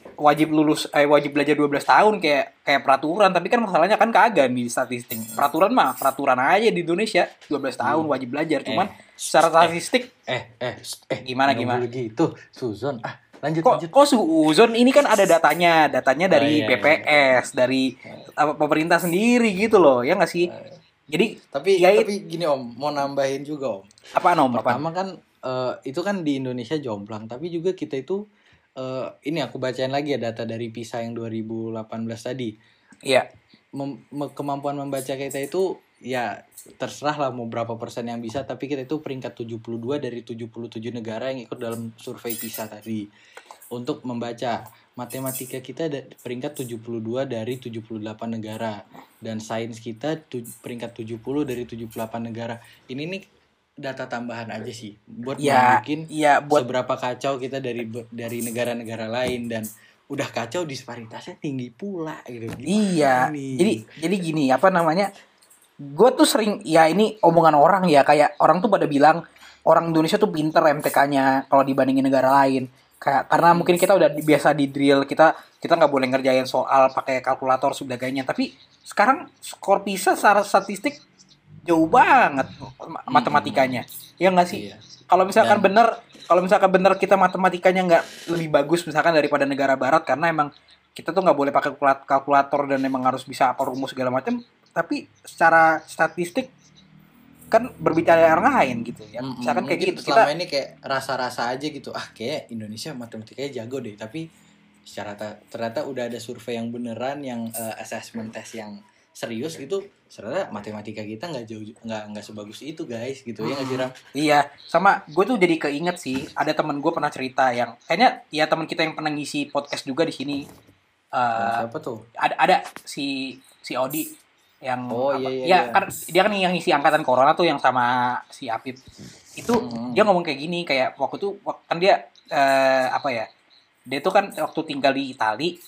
B: wajib belajar 12 tahun kayak peraturan, tapi kan masalahnya kan kagak nih statistik. Peraturan mah peraturan aja di Indonesia 12 tahun wajib belajar. Cuman secara statistik gimana
A: gitu. Suzon, lanjut.
B: Kok Suzon ini kan ada datanya dari
A: iya.
B: BPS, dari pemerintah sendiri gitu loh. Ya nggak sih? Jadi
A: Tapi gini Om, mau nambahin juga Om.
B: Apaan Om?
A: Pertama kan itu kan di Indonesia jomplang, tapi juga kita itu ini aku bacain lagi ya data dari PISA yang 2018 tadi.
B: Iya.
A: Kemampuan membaca kita itu ya terserah lah mau berapa persen yang bisa, tapi kita itu peringkat 72 dari 77 negara yang ikut dalam survei PISA tadi. Untuk membaca, matematika kita peringkat 72 dari 78 negara, dan sains kita peringkat 70 dari 78 negara. Ini nih data tambahan aja sih buat nunjukin seberapa kacau kita dari negara-negara lain, dan udah kacau disparitasnya tinggi pula gitu.
B: Iya. Jadi gini, apa namanya? Gue tuh sering ya ini omongan orang ya, kayak orang tuh pada bilang orang Indonesia tuh pinter MTK-nya kalau dibandingin negara lain. Kayak karena mungkin kita udah biasa di drill, kita nggak boleh ngerjain soal pakai kalkulator sebagainya. Tapi sekarang skor PISA secara statistik jauh banget matematikanya. Ya nggak sih?
A: Iya.
B: Kalau misalkan bener kita matematikanya nggak lebih bagus misalkan daripada negara barat, karena emang kita tuh nggak boleh pakai kalkulator dan emang harus bisa apa rumus segala macam. Tapi secara statistik kan berbicara yang lain gitu ya. Misalkan kayak gitu
A: selama ini kayak rasa-rasa aja gitu. Kayak Indonesia matematikanya jago deh, tapi ternyata udah ada survei yang beneran, yang assessment test yang serius gitu, ternyata matematika kita nggak sebagus itu guys gitu. Ya nggak sih Ram?
B: Iya, sama gue tuh jadi keinget sih, ada temen gue pernah cerita yang kayaknya ya teman kita yang pernah ngisi podcast juga di sini.
A: Siapa tuh?
B: Ada si Odi yang
A: iya.
B: Kan dia kan yang ngisi angkatan corona tuh yang sama si Apip. Itu dia ngomong kayak gini, kayak waktu itu kan dia dia tuh kan waktu tinggal di Itali,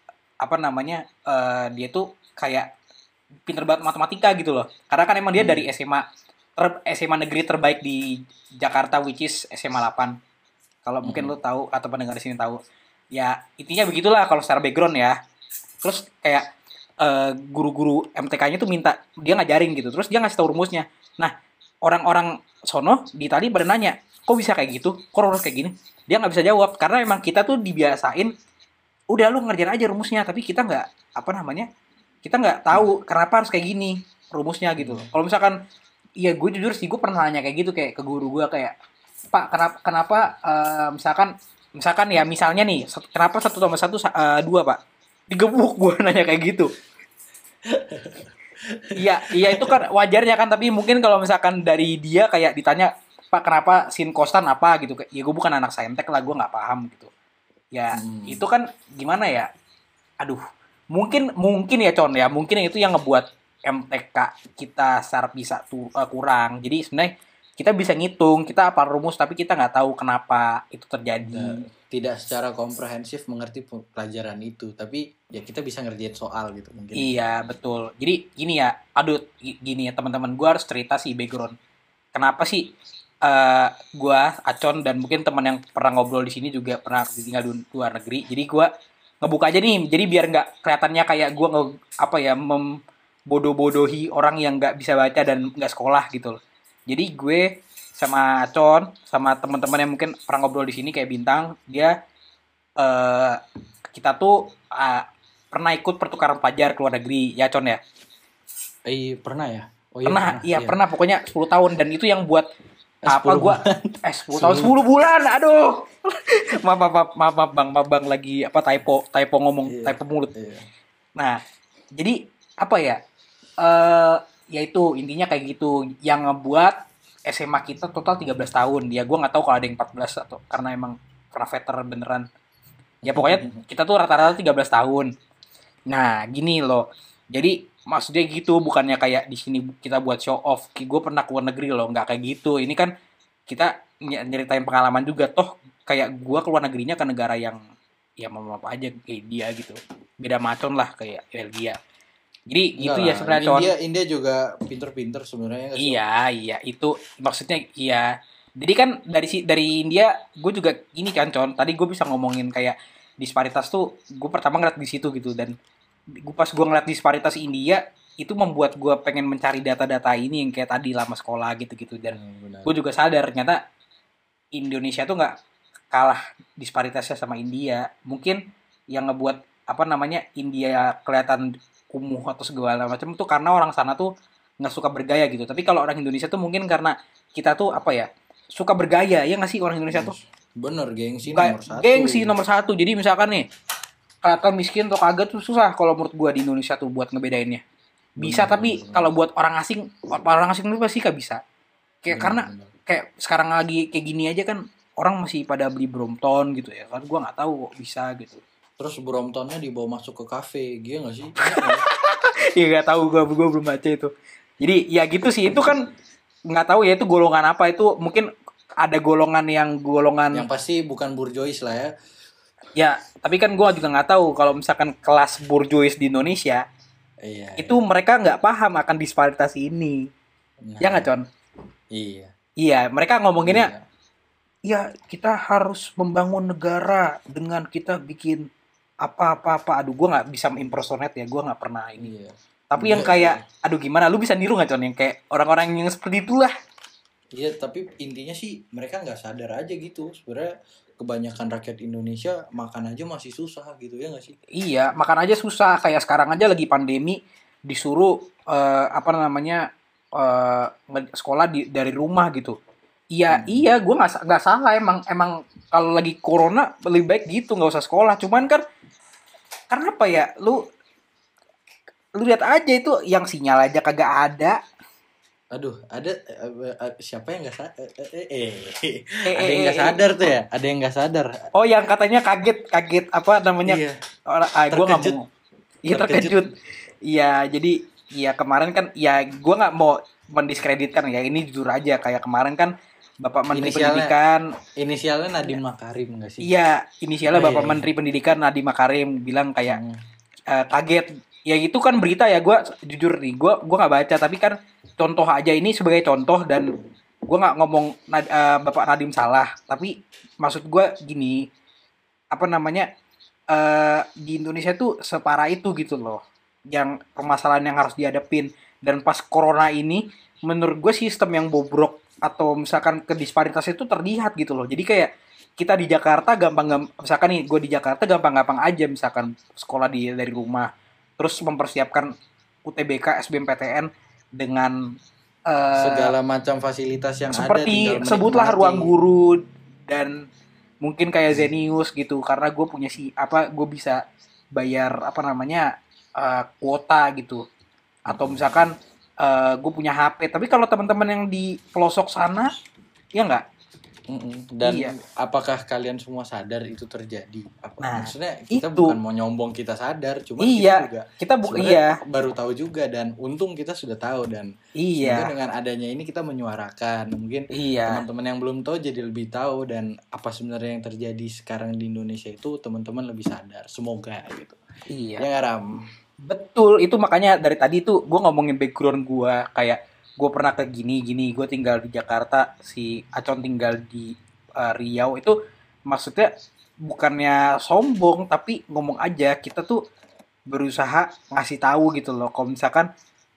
B: dia tuh kayak pinter banget matematika gitu loh. Karena kan emang dia dari SMA negeri terbaik di Jakarta, which is SMA 8. Kalau mungkin lu tahu atau pendengar di sini tahu. Ya, intinya begitulah kalau secara background ya. Terus kayak guru-guru MTK-nya tuh minta dia ngajarin gitu. Terus dia ngasih tahu rumusnya. Nah, orang-orang sono di Itali pada nanya, kok bisa kayak gitu? Kok harus kayak gini? Dia nggak bisa jawab karena emang kita tuh dibiasain udah lu ngerjain aja rumusnya, tapi kita nggak kita nggak tahu kenapa harus kayak gini rumusnya gitu. Kalau misalkan iya gue jujur sih gue pernah nanya kayak gitu kayak ke guru gue kayak, Pak kenapa misalkan ya misalnya nih kenapa 1+1 2 Pak, digebuk gue nanya kayak gitu. Iya itu kan wajarnya kan, tapi mungkin kalau misalkan dari dia kayak ditanya, Pak kenapa sin kosan apa gitu, ya gue bukan anak saintek lah, gue nggak paham gitu ya. Itu kan gimana ya, aduh mungkin ya Con ya, mungkin itu yang ngebuat MTK kita secara bisa kurang. Jadi sebenarnya kita bisa ngitung, kita hafal rumus, tapi kita nggak tahu kenapa itu terjadi.
A: Tidak secara komprehensif mengerti pelajaran itu, tapi ya kita bisa ngerjain soal gitu mungkin.
B: Iya betul. Jadi gini ya, gini ya teman-teman, gue harus cerita sih background. Kenapa sih gue, Acon, dan mungkin teman yang pernah ngobrol di sini juga pernah tinggal di luar negeri. Jadi gue ngebuka aja nih, jadi biar nggak kelihatannya kayak gue membodoh-bodohi orang yang nggak bisa baca dan nggak sekolah gitu loh. Jadi gue sama Acon sama teman-teman yang mungkin pernah ngobrol di sini kayak Bintang, dia kita tuh pernah ikut pertukaran pelajar ke luar negeri ya Con ya?
A: Pernah ya? Oh
B: Pernah, iya pernah pokoknya 10 tahun dan itu yang buat apa
A: 10
B: gua
A: bulan.
B: 10 tahun 10 bulan. Aduh. Maaf Bang lagi apa typo ngomong,
A: Iya,
B: typo mulut.
A: iya.
B: Nah, jadi apa ya? Ya itu intinya kayak gitu yang ngebuat SMA kita total 13 tahun. Ya gua nggak tahu kalau ada yang 14 atau karena emang karena veteran beneran. Ya pokoknya kita tuh rata-rata 13 tahun. Nah, gini loh. Jadi maksudnya gitu bukannya kayak di sini kita buat show off. Gue pernah ke luar negeri loh, nggak kayak gitu. Ini kan kita nyeritain pengalaman juga toh kayak gue ke luar negerinya ke negara yang ya mau apa aja kayak dia gitu. Beda macam lah kayak Belgia. Jadi
A: Enggak
B: gitu ya
A: lah.
B: sebenarnya Con.
A: India juga pinter-pinter sebenarnya nggak sih?
B: Iya, itu maksudnya iya. Jadi kan dari India gue juga ini kan Con. Tadi gue bisa ngomongin kayak disparitas tuh gue pertama ngeliat di situ gitu dan pas gue ngeliat disparitas India itu membuat gue pengen mencari data-data ini yang kayak tadi lama sekolah gitu-gitu dan
A: Benar.
B: gue juga sadar ternyata Indonesia tuh nggak kalah disparitasnya sama India. Mungkin yang ngebuat apa namanya India kelihatan kumuh atau segala macam tuh karena orang sana tuh nggak suka bergaya gitu. Tapi kalau orang Indonesia tuh mungkin karena kita tuh apa ya suka bergaya ya nggak sih orang Indonesia tuh
A: Bener, gengsi nomor satu.
B: gengsi nomor satu. Jadi misalkan nih kelihatan miskin atau kagak tuh susah kalau menurut gua di Indonesia tuh buat ngebedainnya. Bisa tapi kalau buat orang asing itu pasti gak bisa. Kayak karena kayak sekarang lagi kayak gini aja kan orang masih pada beli Brompton gitu ya kan gua nggak tahu kok bisa gitu.
A: Terus Bromptonnya dibawa masuk ke kafe, gitu nggak sih?
B: Ya nggak tahu gua belum baca itu. Jadi ya gitu sih itu kan nggak tahu ya itu golongan apa itu mungkin ada golongan
A: Yang pasti bukan burjois lah ya.
B: ya tapi kan gua juga nggak tahu kalau misalkan kelas burjuis di Indonesia
A: Iya.
B: itu mereka nggak paham akan disparitas ini.
A: Nah,
B: Ya nggak Con?
A: iya.
B: Iya, mereka ngomonginnya,
A: Iya.
B: ya kita harus membangun negara dengan kita bikin apa-apa. Aduh, gue nggak bisa impersonate ya, gue nggak pernah ini.
A: Iya.
B: Tapi yang kayak, aduh gimana, lu bisa niru nggak Con? Yang kayak orang-orang yang seperti itulah.
A: Iya, tapi intinya sih mereka nggak sadar aja gitu. Sebenarnya kebanyakan rakyat Indonesia makan aja masih susah gitu ya nggak sih?
B: Iya, makan aja susah. Kayak sekarang aja lagi pandemi, disuruh apa namanya sekolah dari rumah gitu. Iya, gue nggak salah emang kalau lagi corona lebih baik gitu nggak usah sekolah. Cuman kan karena apa ya, lu lihat aja itu yang sinyal aja kagak ada.
A: Aduh, ada siapa yang nggak sadar? Ada yang nggak sadar tuh ya? Ada yang nggak sadar.
B: Oh, yang katanya kaget apa namanya?
A: Iya.
B: Gue nggak
A: Terkejut.
B: mau. Iya terkejut. Iya, jadi ya kemarin kan ya gue nggak mau mendiskreditkan ya ini jujur aja kayak kemarin kan Bapak Menteri Pendidikan
A: Inisialnya Nadiem Makarim nggak sih?
B: iya inisialnya
A: Oh,
B: Bapak
A: iya.
B: Menteri Pendidikan Nadiem Makarim bilang kayak kaget ya itu kan berita ya gue jujur nih gue nggak baca tapi kan contoh aja ini sebagai contoh dan gue nggak ngomong Bapak Nadiem salah tapi maksud gue gini apa namanya di Indonesia tuh separah itu gitu loh yang permasalahan yang harus dihadapin dan pas corona ini menurut gue sistem yang bobrok atau misalkan kedisparitas itu terlihat gitu loh jadi kayak kita di Jakarta misalkan nih gue di Jakarta gampang-gampang aja misalkan sekolah dari rumah terus mempersiapkan UTBK SBMPTN dengan
A: segala macam fasilitas yang
B: seperti
A: ada
B: sebutlah ruang guru dan mungkin kayak Zenius gitu karena gue punya gue bisa bayar apa namanya kuota gitu atau misalkan gue punya HP tapi kalau teman-teman yang di pelosok sana ya nggak.
A: Dan
B: Iya.
A: apakah kalian semua sadar itu terjadi?
B: Nah,
A: maksudnya kita
B: itu.
A: bukan mau nyombong kita sadar, cuma
B: Iya, kita
A: sebenarnya baru tahu juga dan untung kita sudah tahu dan
B: iya.
A: semoga dengan adanya ini kita menyuarakan mungkin
B: Iya.
A: teman-teman yang belum tahu jadi lebih tahu dan apa sebenarnya yang terjadi sekarang di Indonesia itu teman-teman lebih sadar semoga gitu.
B: Iya.
A: Ya nggak, Ram?
B: Betul, itu makanya dari tadi tuh gue ngomongin background gue kayak gue pernah ke gini gue tinggal di Jakarta si Acon tinggal di Riau itu maksudnya bukannya sombong tapi ngomong aja kita tuh berusaha ngasih tahu gitu loh kalau misalkan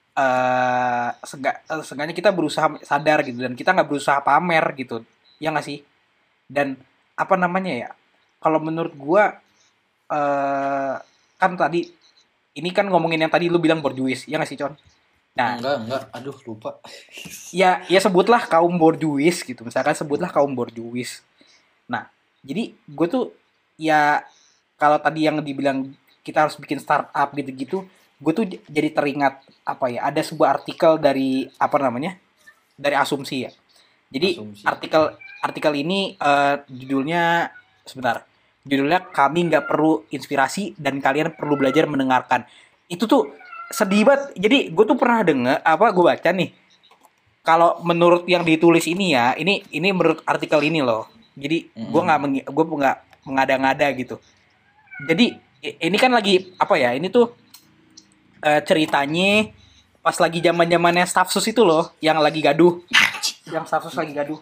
B: seenggaknya kita berusaha sadar gitu dan kita nggak berusaha pamer gitu ya nggak sih dan apa namanya ya kalau menurut gue kan tadi ini kan ngomongin yang tadi lu bilang borjuis, ya nggak sih, Con? Nah,
A: Enggak, aduh lupa.
B: ya sebutlah kaum borjuis gitu. Misalkan sebutlah kaum borjuis. Nah, jadi gue tuh ya kalau tadi yang dibilang kita harus bikin startup gitu-gitu, gue tuh jadi teringat apa ya? Ada sebuah artikel dari apa namanya? Dari Asumsi ya. Jadi
A: Asumsi.
B: artikel ini judulnya sebentar. Judulnya kami nggak perlu inspirasi dan kalian perlu belajar mendengarkan. Itu tuh sedih banget. Jadi gue tuh pernah denger apa gue baca nih. Kalau menurut yang ditulis ini ya, ini menurut artikel ini loh. Jadi gue nggak mengada-ngada gitu. Jadi ini kan lagi apa ya? Ini tuh ceritanya pas lagi zaman-zamannya Stafsus itu loh, yang lagi gaduh, yang Stafsus lagi gaduh.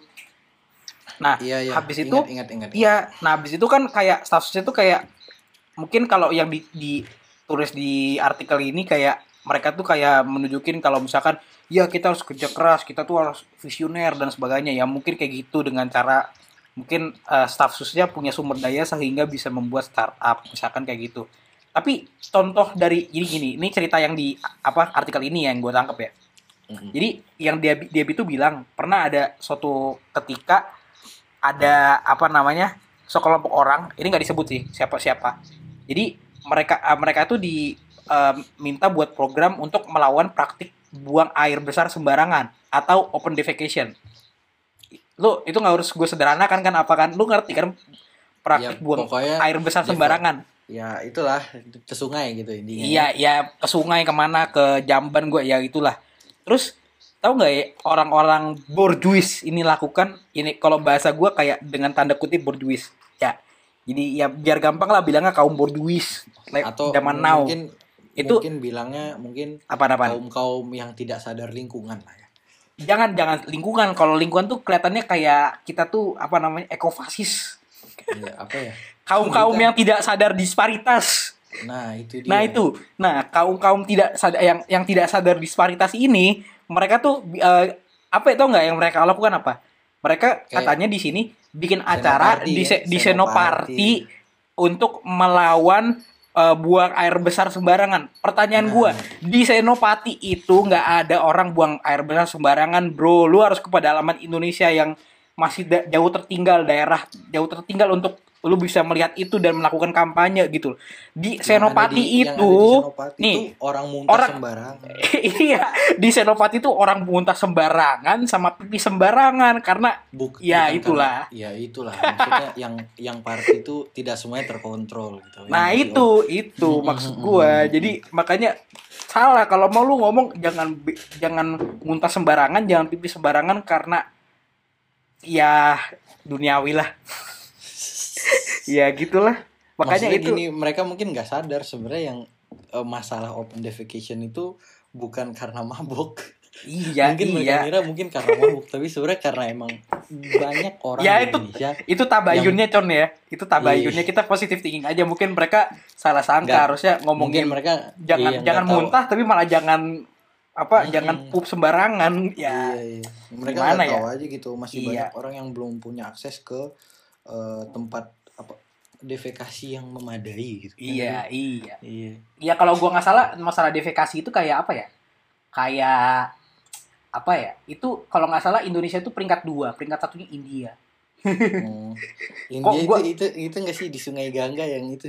B: Nah,
A: Iya.
B: habis itu,
A: Ingat.
B: iya, nah habis itu kan kayak Stafsus itu kayak mungkin kalau yang ditulis di artikel ini kayak mereka tuh kayak menunjukin kalau misalkan ya kita harus kerja keras, kita tuh harus visioner dan sebagainya ya mungkin kayak gitu dengan cara mungkin staff susnya punya sumber daya sehingga bisa membuat startup misalkan kayak gitu. Tapi contoh dari gini, ini cerita yang di apa artikel ini yang gue tangkap ya. Jadi yang dia itu bilang pernah ada suatu ketika ada apa namanya sekelompok orang, ini nggak disebut sih siapa-siapa. Jadi mereka itu minta buat program untuk melawan praktik buang air besar sembarangan atau open defecation. Lu itu nggak harus gue sederhanakan kan apa kan? Lu ngerti kan praktik
A: Ya,
B: buang
A: pokoknya
B: air besar sembarangan?
A: Ya itulah ke sungai gitu intinya.
B: Iya, ya ke sungai kemana ke jamban gue ya itulah. Terus tahu nggak ya orang-orang borjuis ini lakukan ini kalau bahasa gue kayak dengan tanda kutip borjuis ya. Jadi ya biar gampang lah bilangnya kaum borjuis
A: Atau
B: zaman now. Itu
A: mungkin bilangnya
B: apa?
A: kaum yang tidak sadar lingkungan lah ya.
B: Jangan lingkungan. Kalau lingkungan tuh kelihatannya kayak kita tuh apa namanya ekofasis.
A: Iya, apa ya?
B: Kaum yang tidak sadar disparitas.
A: Nah, itu dia.
B: Nah, kaum tidak sadar yang tidak sadar disparitas ini, mereka tuh apa itu nggak yang mereka lakukan apa? Mereka katanya di sini bikin acara di Senoparty untuk melawan buang air besar sembarangan. Pertanyaan gua, di Senopati itu nggak ada orang buang air besar sembarangan, bro. Lu harus ke pedalaman Indonesia yang masih jauh tertinggal, daerah jauh tertinggal untuk lu bisa melihat itu dan melakukan kampanye gitu. Di Senopati
A: nih orang muntah sembarangan.
B: Iya, di Senopati itu orang muntah sembarangan sama pipi sembarangan karena itulah.
A: Ya itulah maksudnya yang party itu tidak semuanya terkontrol gitu.
B: Nah, itu maksud gua. Jadi makanya salah kalau mau lu ngomong jangan muntah sembarangan, jangan pipi sembarangan karena ya duniawi lah. Ya gitulah. Makanya
A: maksudnya
B: itu
A: gini, mereka mungkin nggak sadar sebenarnya yang masalah open defecation itu bukan karena mabok.
B: Iya,
A: mereka kira mungkin karena mabuk, tapi sebenarnya karena emang banyak orang
B: ya,
A: di Indonesia.
B: Itu tabayunnya Con ya. Itu tabayunnya kita positive thinking aja. Mungkin mereka salah sangka harusnya ngomongin
A: mereka
B: jangan muntah tapi malah jangan jangan pup sembarangan ya.
A: Iya. Mereka nggak tahu aja gitu, masih banyak orang yang belum punya akses ke tempat defekasi yang memadai gitu.
B: Iya. Ya kalau gua nggak salah masalah defekasi itu kayak apa ya? Kayak apa ya? Itu kalau nggak salah Indonesia itu peringkat 2, peringkat 1-nya India.
A: India itu nggak sih di Sungai Gangga yang itu?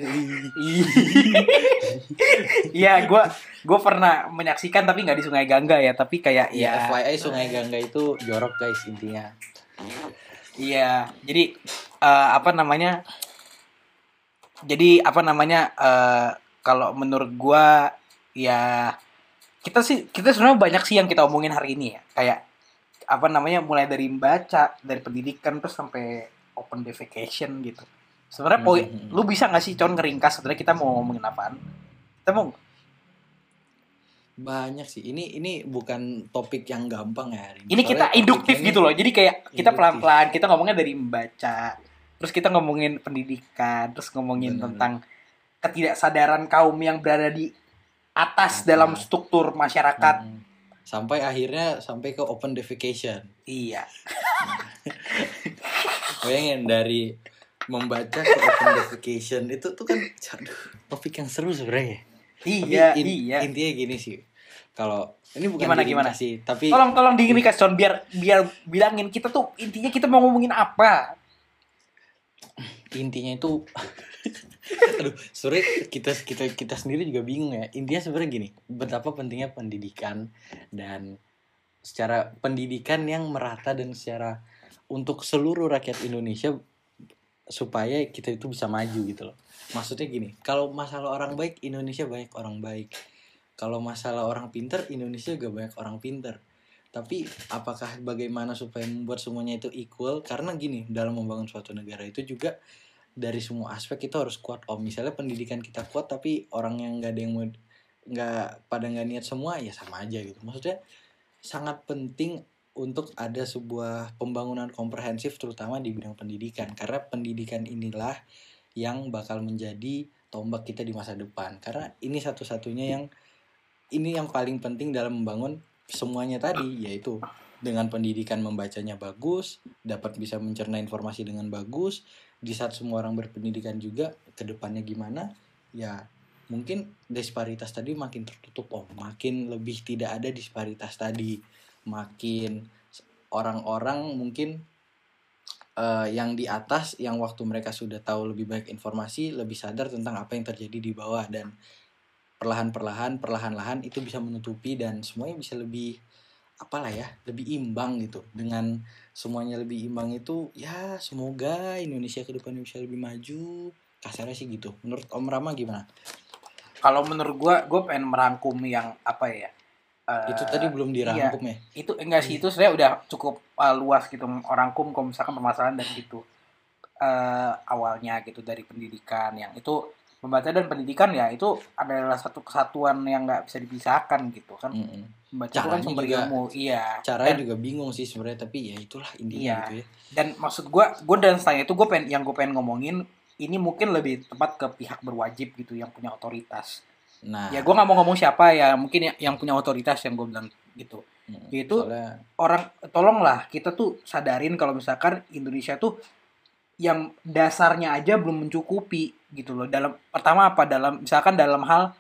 B: Iya, gue pernah menyaksikan tapi nggak di Sungai Gangga ya, tapi kayak ya.
A: FYI Sungai Gangga itu jorok guys intinya.
B: Iya, jadi apa namanya? Kalau menurut gue ya kita sebenarnya banyak sih yang kita omongin hari ini ya, kayak apa namanya mulai dari membaca, dari pendidikan terus sampai open defecation gitu. Sebenarnya lu bisa nggak sih Con ngeringkas sebenarnya kita mau ngomongin apaan? Kita mau
A: banyak sih. Ini bukan topik yang gampang ya hari ini.
B: Ini kita induktif gitu loh. Jadi kayak kita pelan-pelan kita ngomongnya dari membaca. Terus kita ngomongin pendidikan, terus ngomongin tentang ketidaksadaran kaum yang berada di atas dalam struktur masyarakat.
A: Sampai akhirnya sampai ke open defecation.
B: Iya.
A: Bayangin dari membaca ke open defecation itu tuh kan topik yang seru sebenarnya.
B: Iya,
A: Tapi
B: iya.
A: intinya gini sih. Kalau ini bukan
B: Gimana
A: diringkas
B: gimana?
A: sih, tapi
B: Tolong diringkas John, biar biar bilangin kita tuh intinya kita mau ngomongin apa.
A: intinya itu aduh, sebenarnya kita sendiri juga bingung ya. Intinya sebenarnya gini, betapa pentingnya pendidikan dan secara pendidikan yang merata dan secara untuk seluruh rakyat Indonesia supaya kita itu bisa maju gitu loh. Maksudnya gini, kalau masalah orang baik, Indonesia banyak orang baik. Kalau masalah orang pinter, Indonesia juga banyak orang pinter. Tapi apakah bagaimana supaya membuat semuanya itu equal? Karena gini, dalam membangun suatu negara itu juga dari semua aspek kita harus kuat. Misalnya pendidikan kita kuat tapi orang yang nggak ada yang mau nggak niat semua, ya sama aja gitu. Maksudnya sangat penting untuk ada sebuah pembangunan komprehensif terutama di bidang pendidikan, karena pendidikan inilah yang bakal menjadi tombak kita di masa depan, karena ini yang paling penting dalam membangun semuanya tadi, yaitu dengan pendidikan membacanya bagus, dapat bisa mencerna informasi dengan bagus. Di saat semua orang berpendidikan juga, kedepannya gimana, ya mungkin disparitas tadi makin tertutup, makin lebih tidak ada disparitas tadi, makin orang-orang mungkin yang di atas, yang waktu mereka sudah tahu lebih banyak informasi, lebih sadar tentang apa yang terjadi di bawah, dan perlahan-lahan itu bisa menutupi dan semuanya bisa lebih apalah ya, lebih imbang gitu. Dengan semuanya lebih imbang itu, ya semoga Indonesia ke depannya bisa lebih maju. Kasarnya sih gitu. Menurut Om Rama gimana?
B: Kalau menurut gue pengen merangkum yang apa ya?
A: Itu tadi belum
B: Iya,
A: dirangkum ya.
B: itu enggak sih, itu sebenarnya udah cukup luas gitu orangkum kalau misalkan permasalahan dari situ awalnya gitu, dari pendidikan yang itu membaca dan pendidikan ya itu adalah satu kesatuan yang nggak bisa dipisahkan gitu kan. Membaca itu kan
A: Caranya
B: sumber
A: juga
B: ilmu, iya.
A: caranya
B: Dan
A: juga bingung sih sebenarnya, tapi ya itulah
B: iya,
A: intinya gitu ya.
B: dan maksud gue dan setelah itu gue pengen ngomongin ini mungkin lebih tepat ke pihak berwajib gitu yang punya otoritas.
A: Nah,
B: Ya gue nggak mau ngomong siapa ya, mungkin yang punya otoritas yang gue bilang gitu. Yaitu
A: soalnya
B: orang, tolonglah kita tuh sadarin kalau misalkan Indonesia tuh yang dasarnya aja belum mencukupi gitu loh. Dalam pertama apa, dalam misalkan dalam hal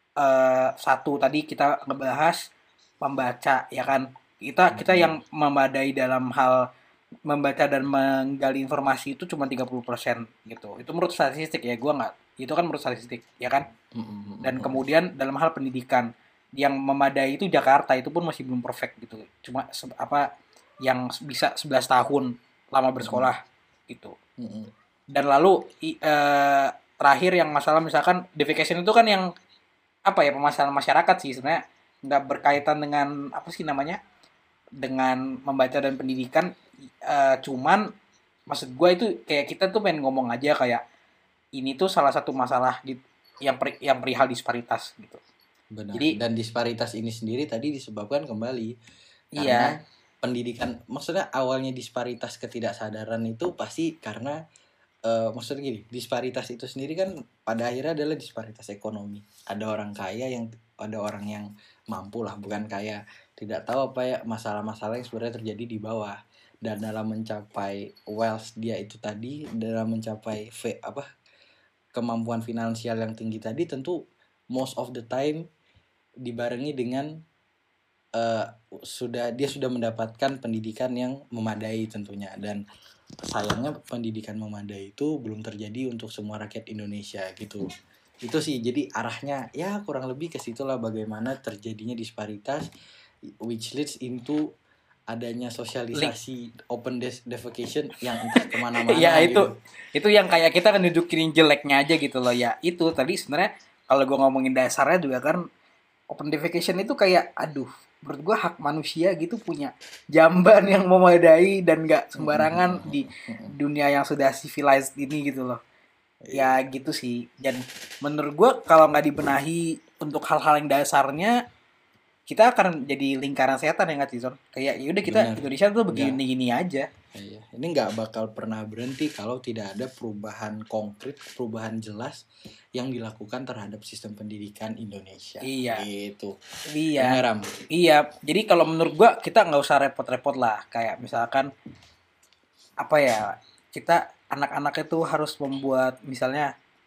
B: satu tadi kita ngebahas membaca ya kan, kita yang memadai dalam hal membaca dan menggali informasi itu cuma 30% gitu. Itu menurut statistik ya, gua nggak, itu kan menurut statistik ya kan. Dan kemudian dalam hal pendidikan yang memadai itu Jakarta itu pun masih belum perfect gitu. Cuma apa yang bisa 11 tahun lama bersekolah gitu. Dan lalu terakhir yang masalah misalkan defecation itu kan yang apa ya, permasalahan masyarakat sih sebenarnya, nggak berkaitan dengan apa sih namanya, dengan membaca dan pendidikan. Cuman maksud gue itu kayak kita tuh pengen ngomong aja kayak ini tuh salah satu masalah gitu yang perihal disparitas gitu.
A: benar.
B: Jadi
A: Dan disparitas ini sendiri tadi disebabkan kembali karena
B: iya,
A: pendidikan. Maksudnya awalnya disparitas ketidaksadaran itu pasti karena maksudnya gini, disparitas itu sendiri kan pada akhirnya adalah disparitas ekonomi. Ada orang kaya ada orang yang mampu lah, bukan kaya, tidak tahu apa ya masalah-masalah yang sebenarnya terjadi di bawah. Dan dalam mencapai wealth dia itu tadi, dalam mencapai kemampuan finansial yang tinggi tadi, tentu most of the time dibarengi dengan dia sudah mendapatkan pendidikan yang memadai tentunya. Dan sayangnya pendidikan memadai itu belum terjadi untuk semua rakyat Indonesia gitu. Itu sih, jadi arahnya ya kurang lebih ke situlah, bagaimana terjadinya disparitas which leads into adanya sosialisasi open defecation yang entah kemana-mana.
B: ya
A: gitu.
B: itu yang kayak kita kan nunjukin jeleknya aja gitu loh ya. Itu tadi sebenarnya kalau gue ngomongin dasarnya juga kan, open defecation itu kayak aduh, menurut gue hak manusia gitu, punya jamban yang memadai dan nggak sembarangan di dunia yang sudah civilized ini gitu loh. Ya gitu sih. Dan menurut gue kalau nggak dibenahi untuk hal-hal yang dasarnya, kita akan jadi lingkaran setan ya nggak sih Son? Kayak yaudah kita
A: Benar.
B: Indonesia tuh
A: Nggak.
B: begini-gini aja.
A: Iya, ini nggak bakal pernah berhenti kalau tidak ada perubahan konkret, perubahan jelas yang dilakukan terhadap sistem pendidikan Indonesia.
B: Iya.
A: Gitu.
B: Iya.
A: Benar, Ram?
B: Iya. Jadi kalau menurut gua kita nggak usah repot-repot lah. Kayak misalkan apa ya, kita anak-anak itu harus membuat misalnya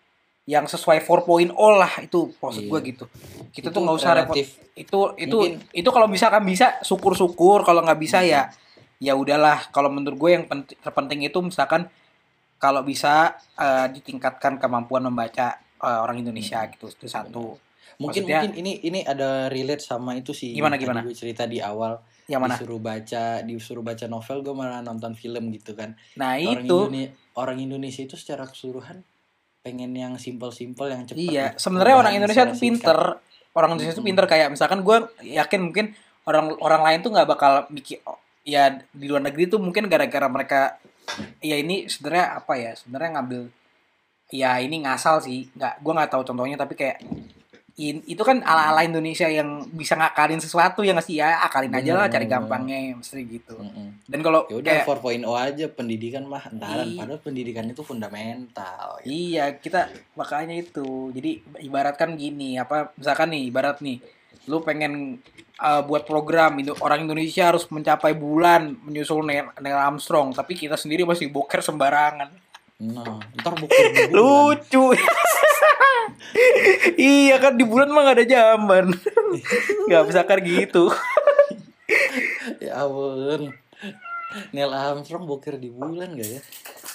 B: yang sesuai 4.0 lah, itu maksud gue gitu. Kita
A: Itu
B: tuh nggak usah repot.
A: relatif. Mungkin
B: Itu kalau misalkan bisa syukur-syukur, kalau nggak bisa ya udahlah. Kalau menurut gue yang terpenting itu misalkan kalau bisa ditingkatkan kemampuan membaca orang Indonesia gitu, itu satu.
A: mungkin
B: Maksudnya
A: ini ada relate sama itu sih.
B: Gimana,
A: Tadi
B: gimana?
A: gue cerita di awal,
B: Yang mana?
A: disuruh baca novel, gue malah nonton film gitu kan.
B: Nah
A: Orang
B: itu,
A: orang Indonesia itu secara keseluruhan pengen yang simple-simple, yang cepet
B: iya.
A: gitu.
B: Sebenarnya orang
A: Perubahan
B: Indonesia
A: secara
B: tuh pinter.
A: singkat.
B: Orang Indonesia tuh pinter, kayak misalkan gue yakin mungkin orang orang lain tuh nggak bakal mikir, ya di luar negeri tuh mungkin gara-gara mereka, ya ini sebenarnya apa ya, sebenarnya ngambil, ya ini ngasal sih, gue nggak tahu contohnya, tapi kayak itu kan ala-ala Indonesia yang bisa ngakalin sesuatu, ya nggak sih, ya akalin aja lah, cari gampangnya, mesti gitu. Dan kalau
A: Ya udah
B: kayak
A: 4.0 aja, pendidikan mah entaran,
B: Iya.
A: padahal pendidikan itu fundamental gitu.
B: Iya, kita makanya itu. Jadi ibaratkan gini, apa misalkan nih, ibarat nih, lu pengen buat program orang Indonesia harus mencapai bulan menyusul Neil Armstrong, tapi kita sendiri masih boker sembarangan.
A: Nah, ntar bukur di bulan.
B: Lucu. Iya kan, di bulan mah gak ada jamban. Gak bisa kan gitu.
A: Ya ampun. Neil Armstrong boker di bulan gak ya?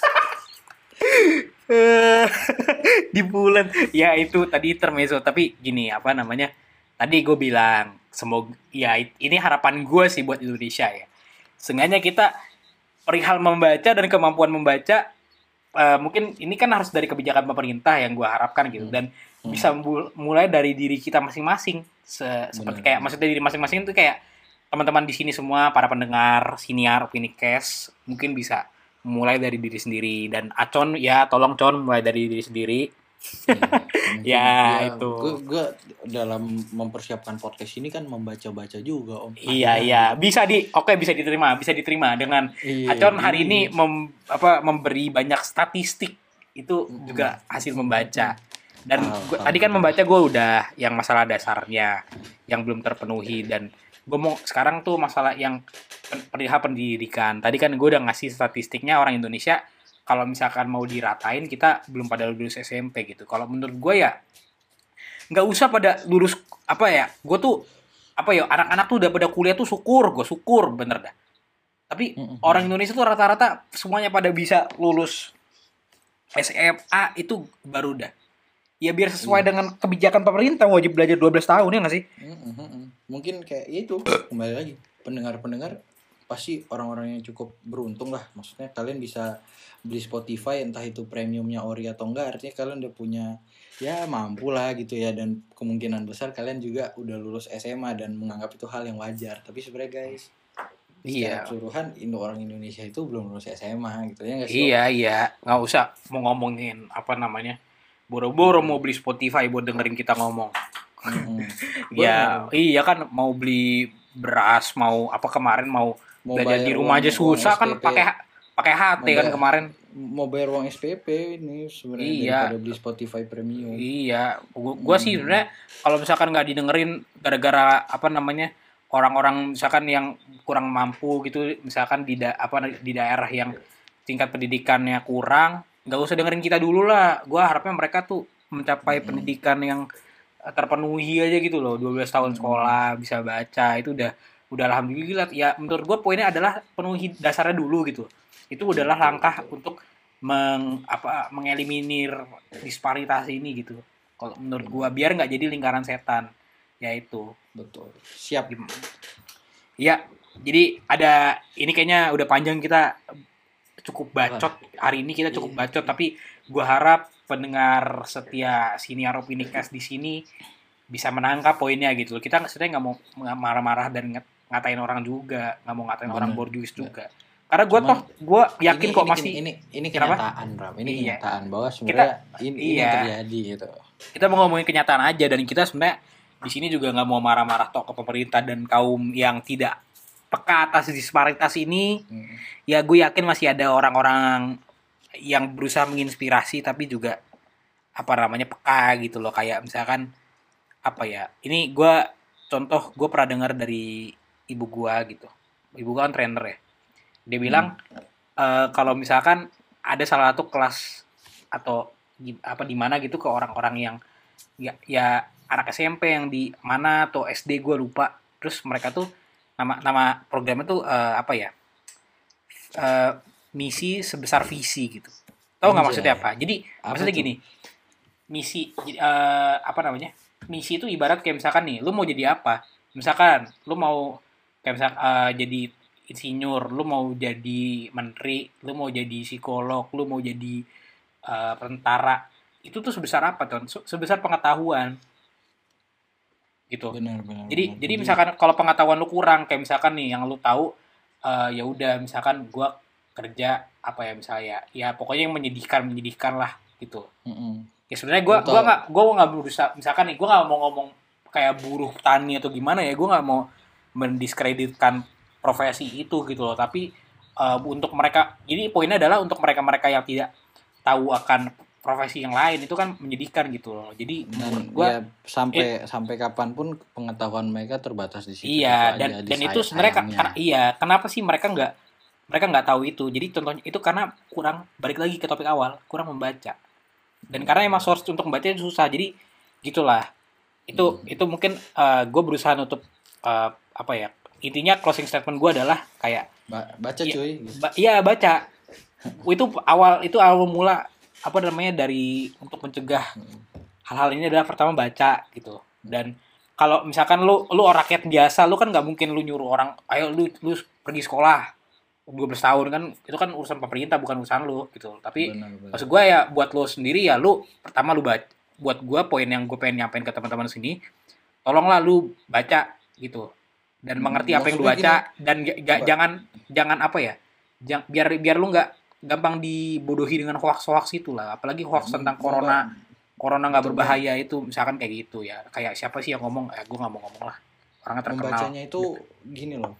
B: Di bulan. Ya itu tadi intermezzo, tapi gini, apa namanya? Tadi gue bilang semoga, ya ini harapan gue sih buat Indonesia ya. Seenggaknya kita perihal membaca dan kemampuan membaca, mungkin ini kan harus dari kebijakan pemerintah yang gue harapkan gitu, dan bisa mulai dari diri kita masing-masing. Seperti kayak maksudnya diri masing-masing itu kayak teman-teman di sini semua, para pendengar siniar Opini Cash, mungkin bisa mulai dari diri sendiri. Dan Acon ya, tolong Con mulai dari diri sendiri. Ya, itu.
A: Gue dalam mempersiapkan podcast ini kan membaca-baca juga, Om.
B: Iya. Bisa diterima dengan Acon hari ini memberi banyak statistik, itu juga hasil membaca. Dan tadi kan membaca gue udah yang masalah dasarnya yang belum terpenuhi, dan gue mau sekarang tuh masalah yang perihal pendidikan. Tadi kan gue udah ngasih statistiknya, orang Indonesia kalau misalkan mau diratain, kita belum pada lulus SMP gitu. Kalau menurut gue ya nggak usah pada lulus, apa ya, gue tuh apa ya, anak-anak tuh udah pada kuliah tuh gue syukur bener dah. Tapi orang Indonesia tuh rata-rata semuanya pada bisa lulus SMA, itu baru dah. Ya biar sesuai dengan kebijakan pemerintah, wajib belajar 12 tahun, ya nggak sih?
A: Mungkin kayak itu, kembali lagi, pendengar-pendengar pasti orang-orang yang cukup beruntung lah. Maksudnya kalian bisa beli Spotify, entah itu premiumnya ori atau enggak, artinya kalian udah punya, ya mampu lah gitu ya. Dan kemungkinan besar kalian juga udah lulus SMA dan menganggap itu hal yang wajar. Tapi sebenarnya guys, secara keseluruhan orang Indonesia itu belum lulus SMA gitu ya nggak sih?
B: Iya, nggak usah mau ngomongin apa namanya, boro-boro mau beli Spotify buat dengerin kita ngomong. Ya iya kan, mau beli beras, mau apa, kemarin mau belajar di rumah aja susah kan, pakai HT kan kemarin.
A: Mau bayar uang SPP ini sebenarnya daripada beli Spotify premium.
B: Iya, gua sih sebenarnya kalau misalkan nggak didengerin gara-gara apa namanya, orang-orang misalkan yang kurang mampu gitu, misalkan di daerah yang tingkat pendidikannya kurang, nggak usah dengerin kita dulu lah. Gua harapnya mereka tuh mencapai pendidikan yang terpenuhi aja gitu loh. 12 tahun sekolah, bisa baca, itu udah alhamdulillah. Ya menurut gue poinnya adalah penuhi dasarnya dulu gitu. Itu adalah langkah untuk mengeliminir disparitas ini gitu. Kalau menurut gue, biar nggak jadi lingkaran setan. Ya itu.
A: Betul. Siap.
B: Ya, jadi ada ini, kayaknya udah panjang, kita cukup bacot hari ini, kita cukup bacot, tapi gue harap pendengar setia siniar Opini Cash di sini bisa menangkap poinnya gitu. Kita sebenarnya nggak mau marah-marah dan ngatain orang juga, nggak mau ngatain orang borjuis juga. Karena gue yakin kok masih
A: ini kenyataan, Bram. Ini kenyataan bahwa sebenarnya ini yang terjadi gitu.
B: Kita mau ngomongin kenyataan aja, dan kita sebenarnya di sini juga nggak mau marah-marah ke pemerintah dan kaum yang tidak peka atas disparitas ini. Ya gue yakin masih ada orang-orang yang berusaha menginspirasi tapi juga apa namanya peka gitu loh. Kayak misalkan apa ya, ini gue pernah dengar dari ibu gue gitu. Ibu gue kan trainer ya, dia bilang kalau misalkan ada salah satu kelas atau di mana gitu ke orang-orang yang ya anak SMP yang di mana atau SD gue lupa. Terus mereka tuh nama programnya tuh apa ya? Misi sebesar visi gitu. Tahu nggak maksudnya apa? Jadi maksudnya
A: tuh?
B: gini, misi apa namanya? Misi itu ibarat kayak misalkan nih, lu mau jadi apa? Misalkan lu mau kayak misal jadi insinyur, lu mau jadi menteri, lu mau jadi psikolog, lu mau jadi tentara. Itu tuh sebesar apa, Ton? Sebesar pengetahuan gitu.
A: Benar.
B: Jadi misalkan kalau pengetahuan lu kurang, kayak misalkan nih yang lu tahu ya udah misalkan gua kerja apa ya misalnya ya pokoknya yang menyedihkan lah gitu. Ya sebenarnya gua nggak berusaha misalkan nih gua nggak mau ngomong kayak buruh tani atau gimana ya, gua nggak mau mendiskreditkan profesi itu gitu loh, tapi untuk mereka, jadi poinnya adalah untuk mereka yang tidak tahu akan profesi yang lain itu kan menyedihkan gitu loh. Jadi menurut gua
A: ya sampai kapanpun pengetahuan mereka terbatas di situ.
B: iya, dan itu sebenarnya kenapa sih mereka nggak tahu itu. Jadi contohnya itu karena kurang, balik lagi ke topik awal, kurang membaca. Dan karena emang source untuk membaca itu susah. Jadi gitulah. Itu mungkin gue berusaha nutup apa ya? Intinya closing statement gue adalah kayak
A: baca cuy.
B: Iya, baca. Itu awal mula apa namanya dari untuk mencegah hal-hal ini adalah pertama baca gitu. Dan kalau misalkan lu rakyat biasa, lu kan nggak mungkin lu nyuruh orang, ayo lu pergi sekolah 12 tahun kan, itu kan urusan pemerintah bukan urusan lu gitu. Tapi
A: benar.
B: maksud gue ya buat lu sendiri ya lu pertama lu baca. Buat gue poin yang gue pengen nyampein ke teman-teman sini, tolonglah lu baca gitu dan mengerti apa yang lu baca gini, dan jangan apa ya, biar lu nggak gampang dibodohi dengan hoax itulah, apalagi hoax tentang corona nggak berbahaya itu misalkan kayak gitu ya, kayak siapa sih yang ngomong gue nggak mau ngomong lah, orangnya terkenal.
A: Membacanya itu gini loh,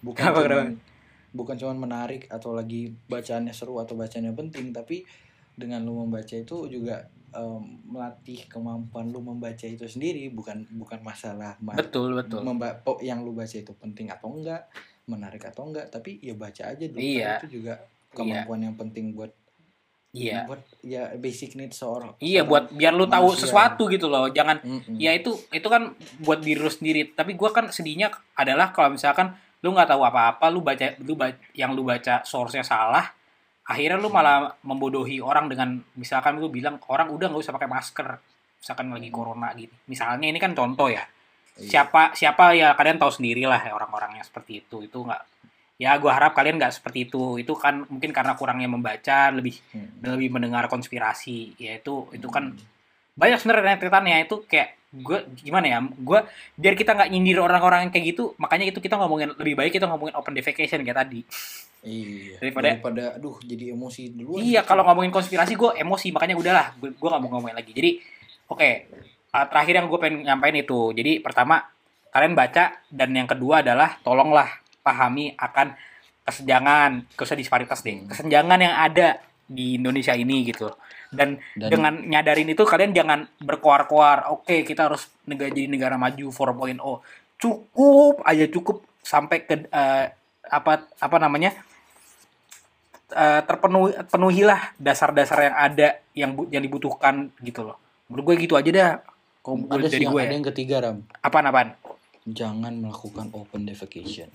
A: bukan cuma menarik atau lagi bacaannya seru atau bacaannya penting, tapi dengan lu membaca itu juga melatih kemampuan lu membaca itu sendiri, bukan masalah
B: betul
A: yang lu baca itu penting atau enggak, menarik atau enggak, tapi ya baca aja dulu.
B: Iya.
A: Itu juga kemampuan yang penting buat buat ya basic need seorang
B: buat biar lu tahu sesuatu gitu loh, jangan ya itu kan buat diri lu sendiri. Tapi gue kan sedihnya adalah kalau misalkan lu nggak tahu apa-apa, lu baca yang lu baca source-nya salah, akhirnya lu malah membodohi orang dengan misalkan lu bilang orang udah nggak usah pakai masker misalkan lagi corona gitu misalnya. Ini kan contoh ya. Siapa ya kalian tahu sendiri lah ya, orang-orang yang seperti itu nggak, ya gue harap kalian nggak seperti itu kan mungkin karena kurangnya membaca, lebih mendengar konspirasi ya. Itu kan banyak sebenarnya rentetannya. Itu kayak gue gimana ya, gue biar kita nggak nyindir orang-orang yang kayak gitu, makanya itu kita ngomongin, lebih baik kita ngomongin open defecation kayak tadi.
A: Iya.
B: Daripada
A: aduh jadi emosi duluan.
B: Iya, kalau ngomongin konspirasi gue emosi, makanya udahlah, gue nggak mau ngomongin lagi. Jadi oke, terakhir yang gue pengen nyampein itu. Jadi pertama kalian baca, dan yang kedua adalah tolonglah pahami akan kesenjangan, gak usah disparitas deh, kesenjangan yang ada di Indonesia ini gitu. Dan dengan nyadarin itu kalian jangan berkoar-koar, oke kita harus jadi negara maju 4.0. Cukup sampai ke apa namanya, penuhilah dasar-dasar yang ada yang dibutuhkan gitu loh. Menurut gue gitu aja dah.
A: Ada sih ada yang ketiga, Ram.
B: Apaan?
A: Jangan melakukan open defecation.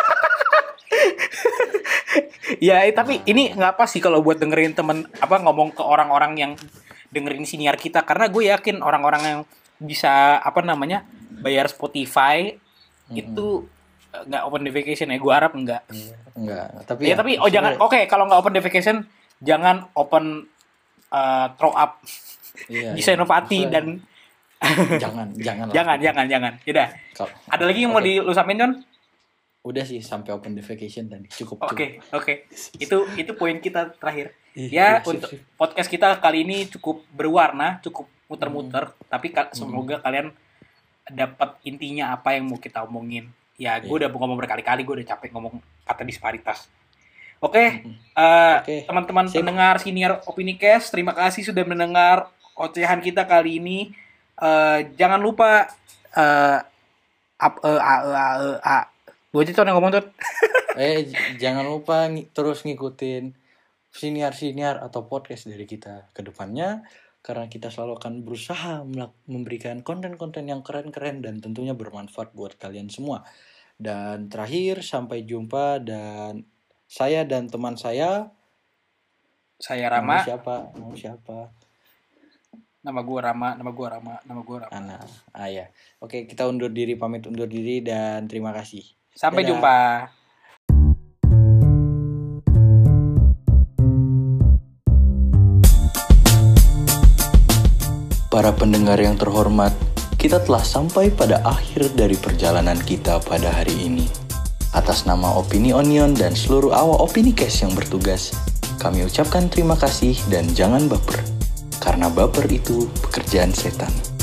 B: Ya, tapi ini nggak apa sih kalau buat dengerin temen ngomong ke orang-orang yang dengerin siniar kita, karena gue yakin orang-orang yang bisa bayar Spotify itu nggak open defecation ya. Gue harap enggak.
A: Tapi
B: jangan. Oke, kalau nggak open defecation jangan open throw up. Di Senopati dan jangan. Yaudah. Ada lagi yang mau dilusamin, John?
A: Udah sih, sampai open defecation tadi. Cukup.
B: Oke. Itu poin kita terakhir. Ya, untuk podcast kita kali ini cukup berwarna, cukup muter-muter, tapi semoga kalian dapat intinya apa yang mau kita omongin. Ya, gue udah ngomong berkali-kali, gue udah capek ngomong kata disparitas. Oke. Teman-teman pendengar Siniar Opini Cast, terima kasih sudah mendengar ocehan kita kali ini. Jangan lupa gue aja tuh yang ngomong tuh.
A: Jangan lupa terus ngikutin siniar atau podcast dari kita ke depannya. karena kita selalu akan berusaha memberikan konten-konten yang keren-keren dan tentunya bermanfaat buat kalian semua. Dan terakhir, sampai jumpa, dan saya dan teman saya
B: Rama.
A: Nama siapa?
B: Nama gue Rama.
A: Ya. Oke, kita pamit undur diri dan terima kasih.
B: Sampai
A: Dadah.
B: Jumpa.
A: Para pendengar yang terhormat, kita telah sampai pada akhir dari perjalanan kita pada hari ini. Atas nama Opini Onion dan seluruh awak Opini Cast yang bertugas, kami ucapkan terima kasih dan jangan baper. Karena baper itu pekerjaan setan.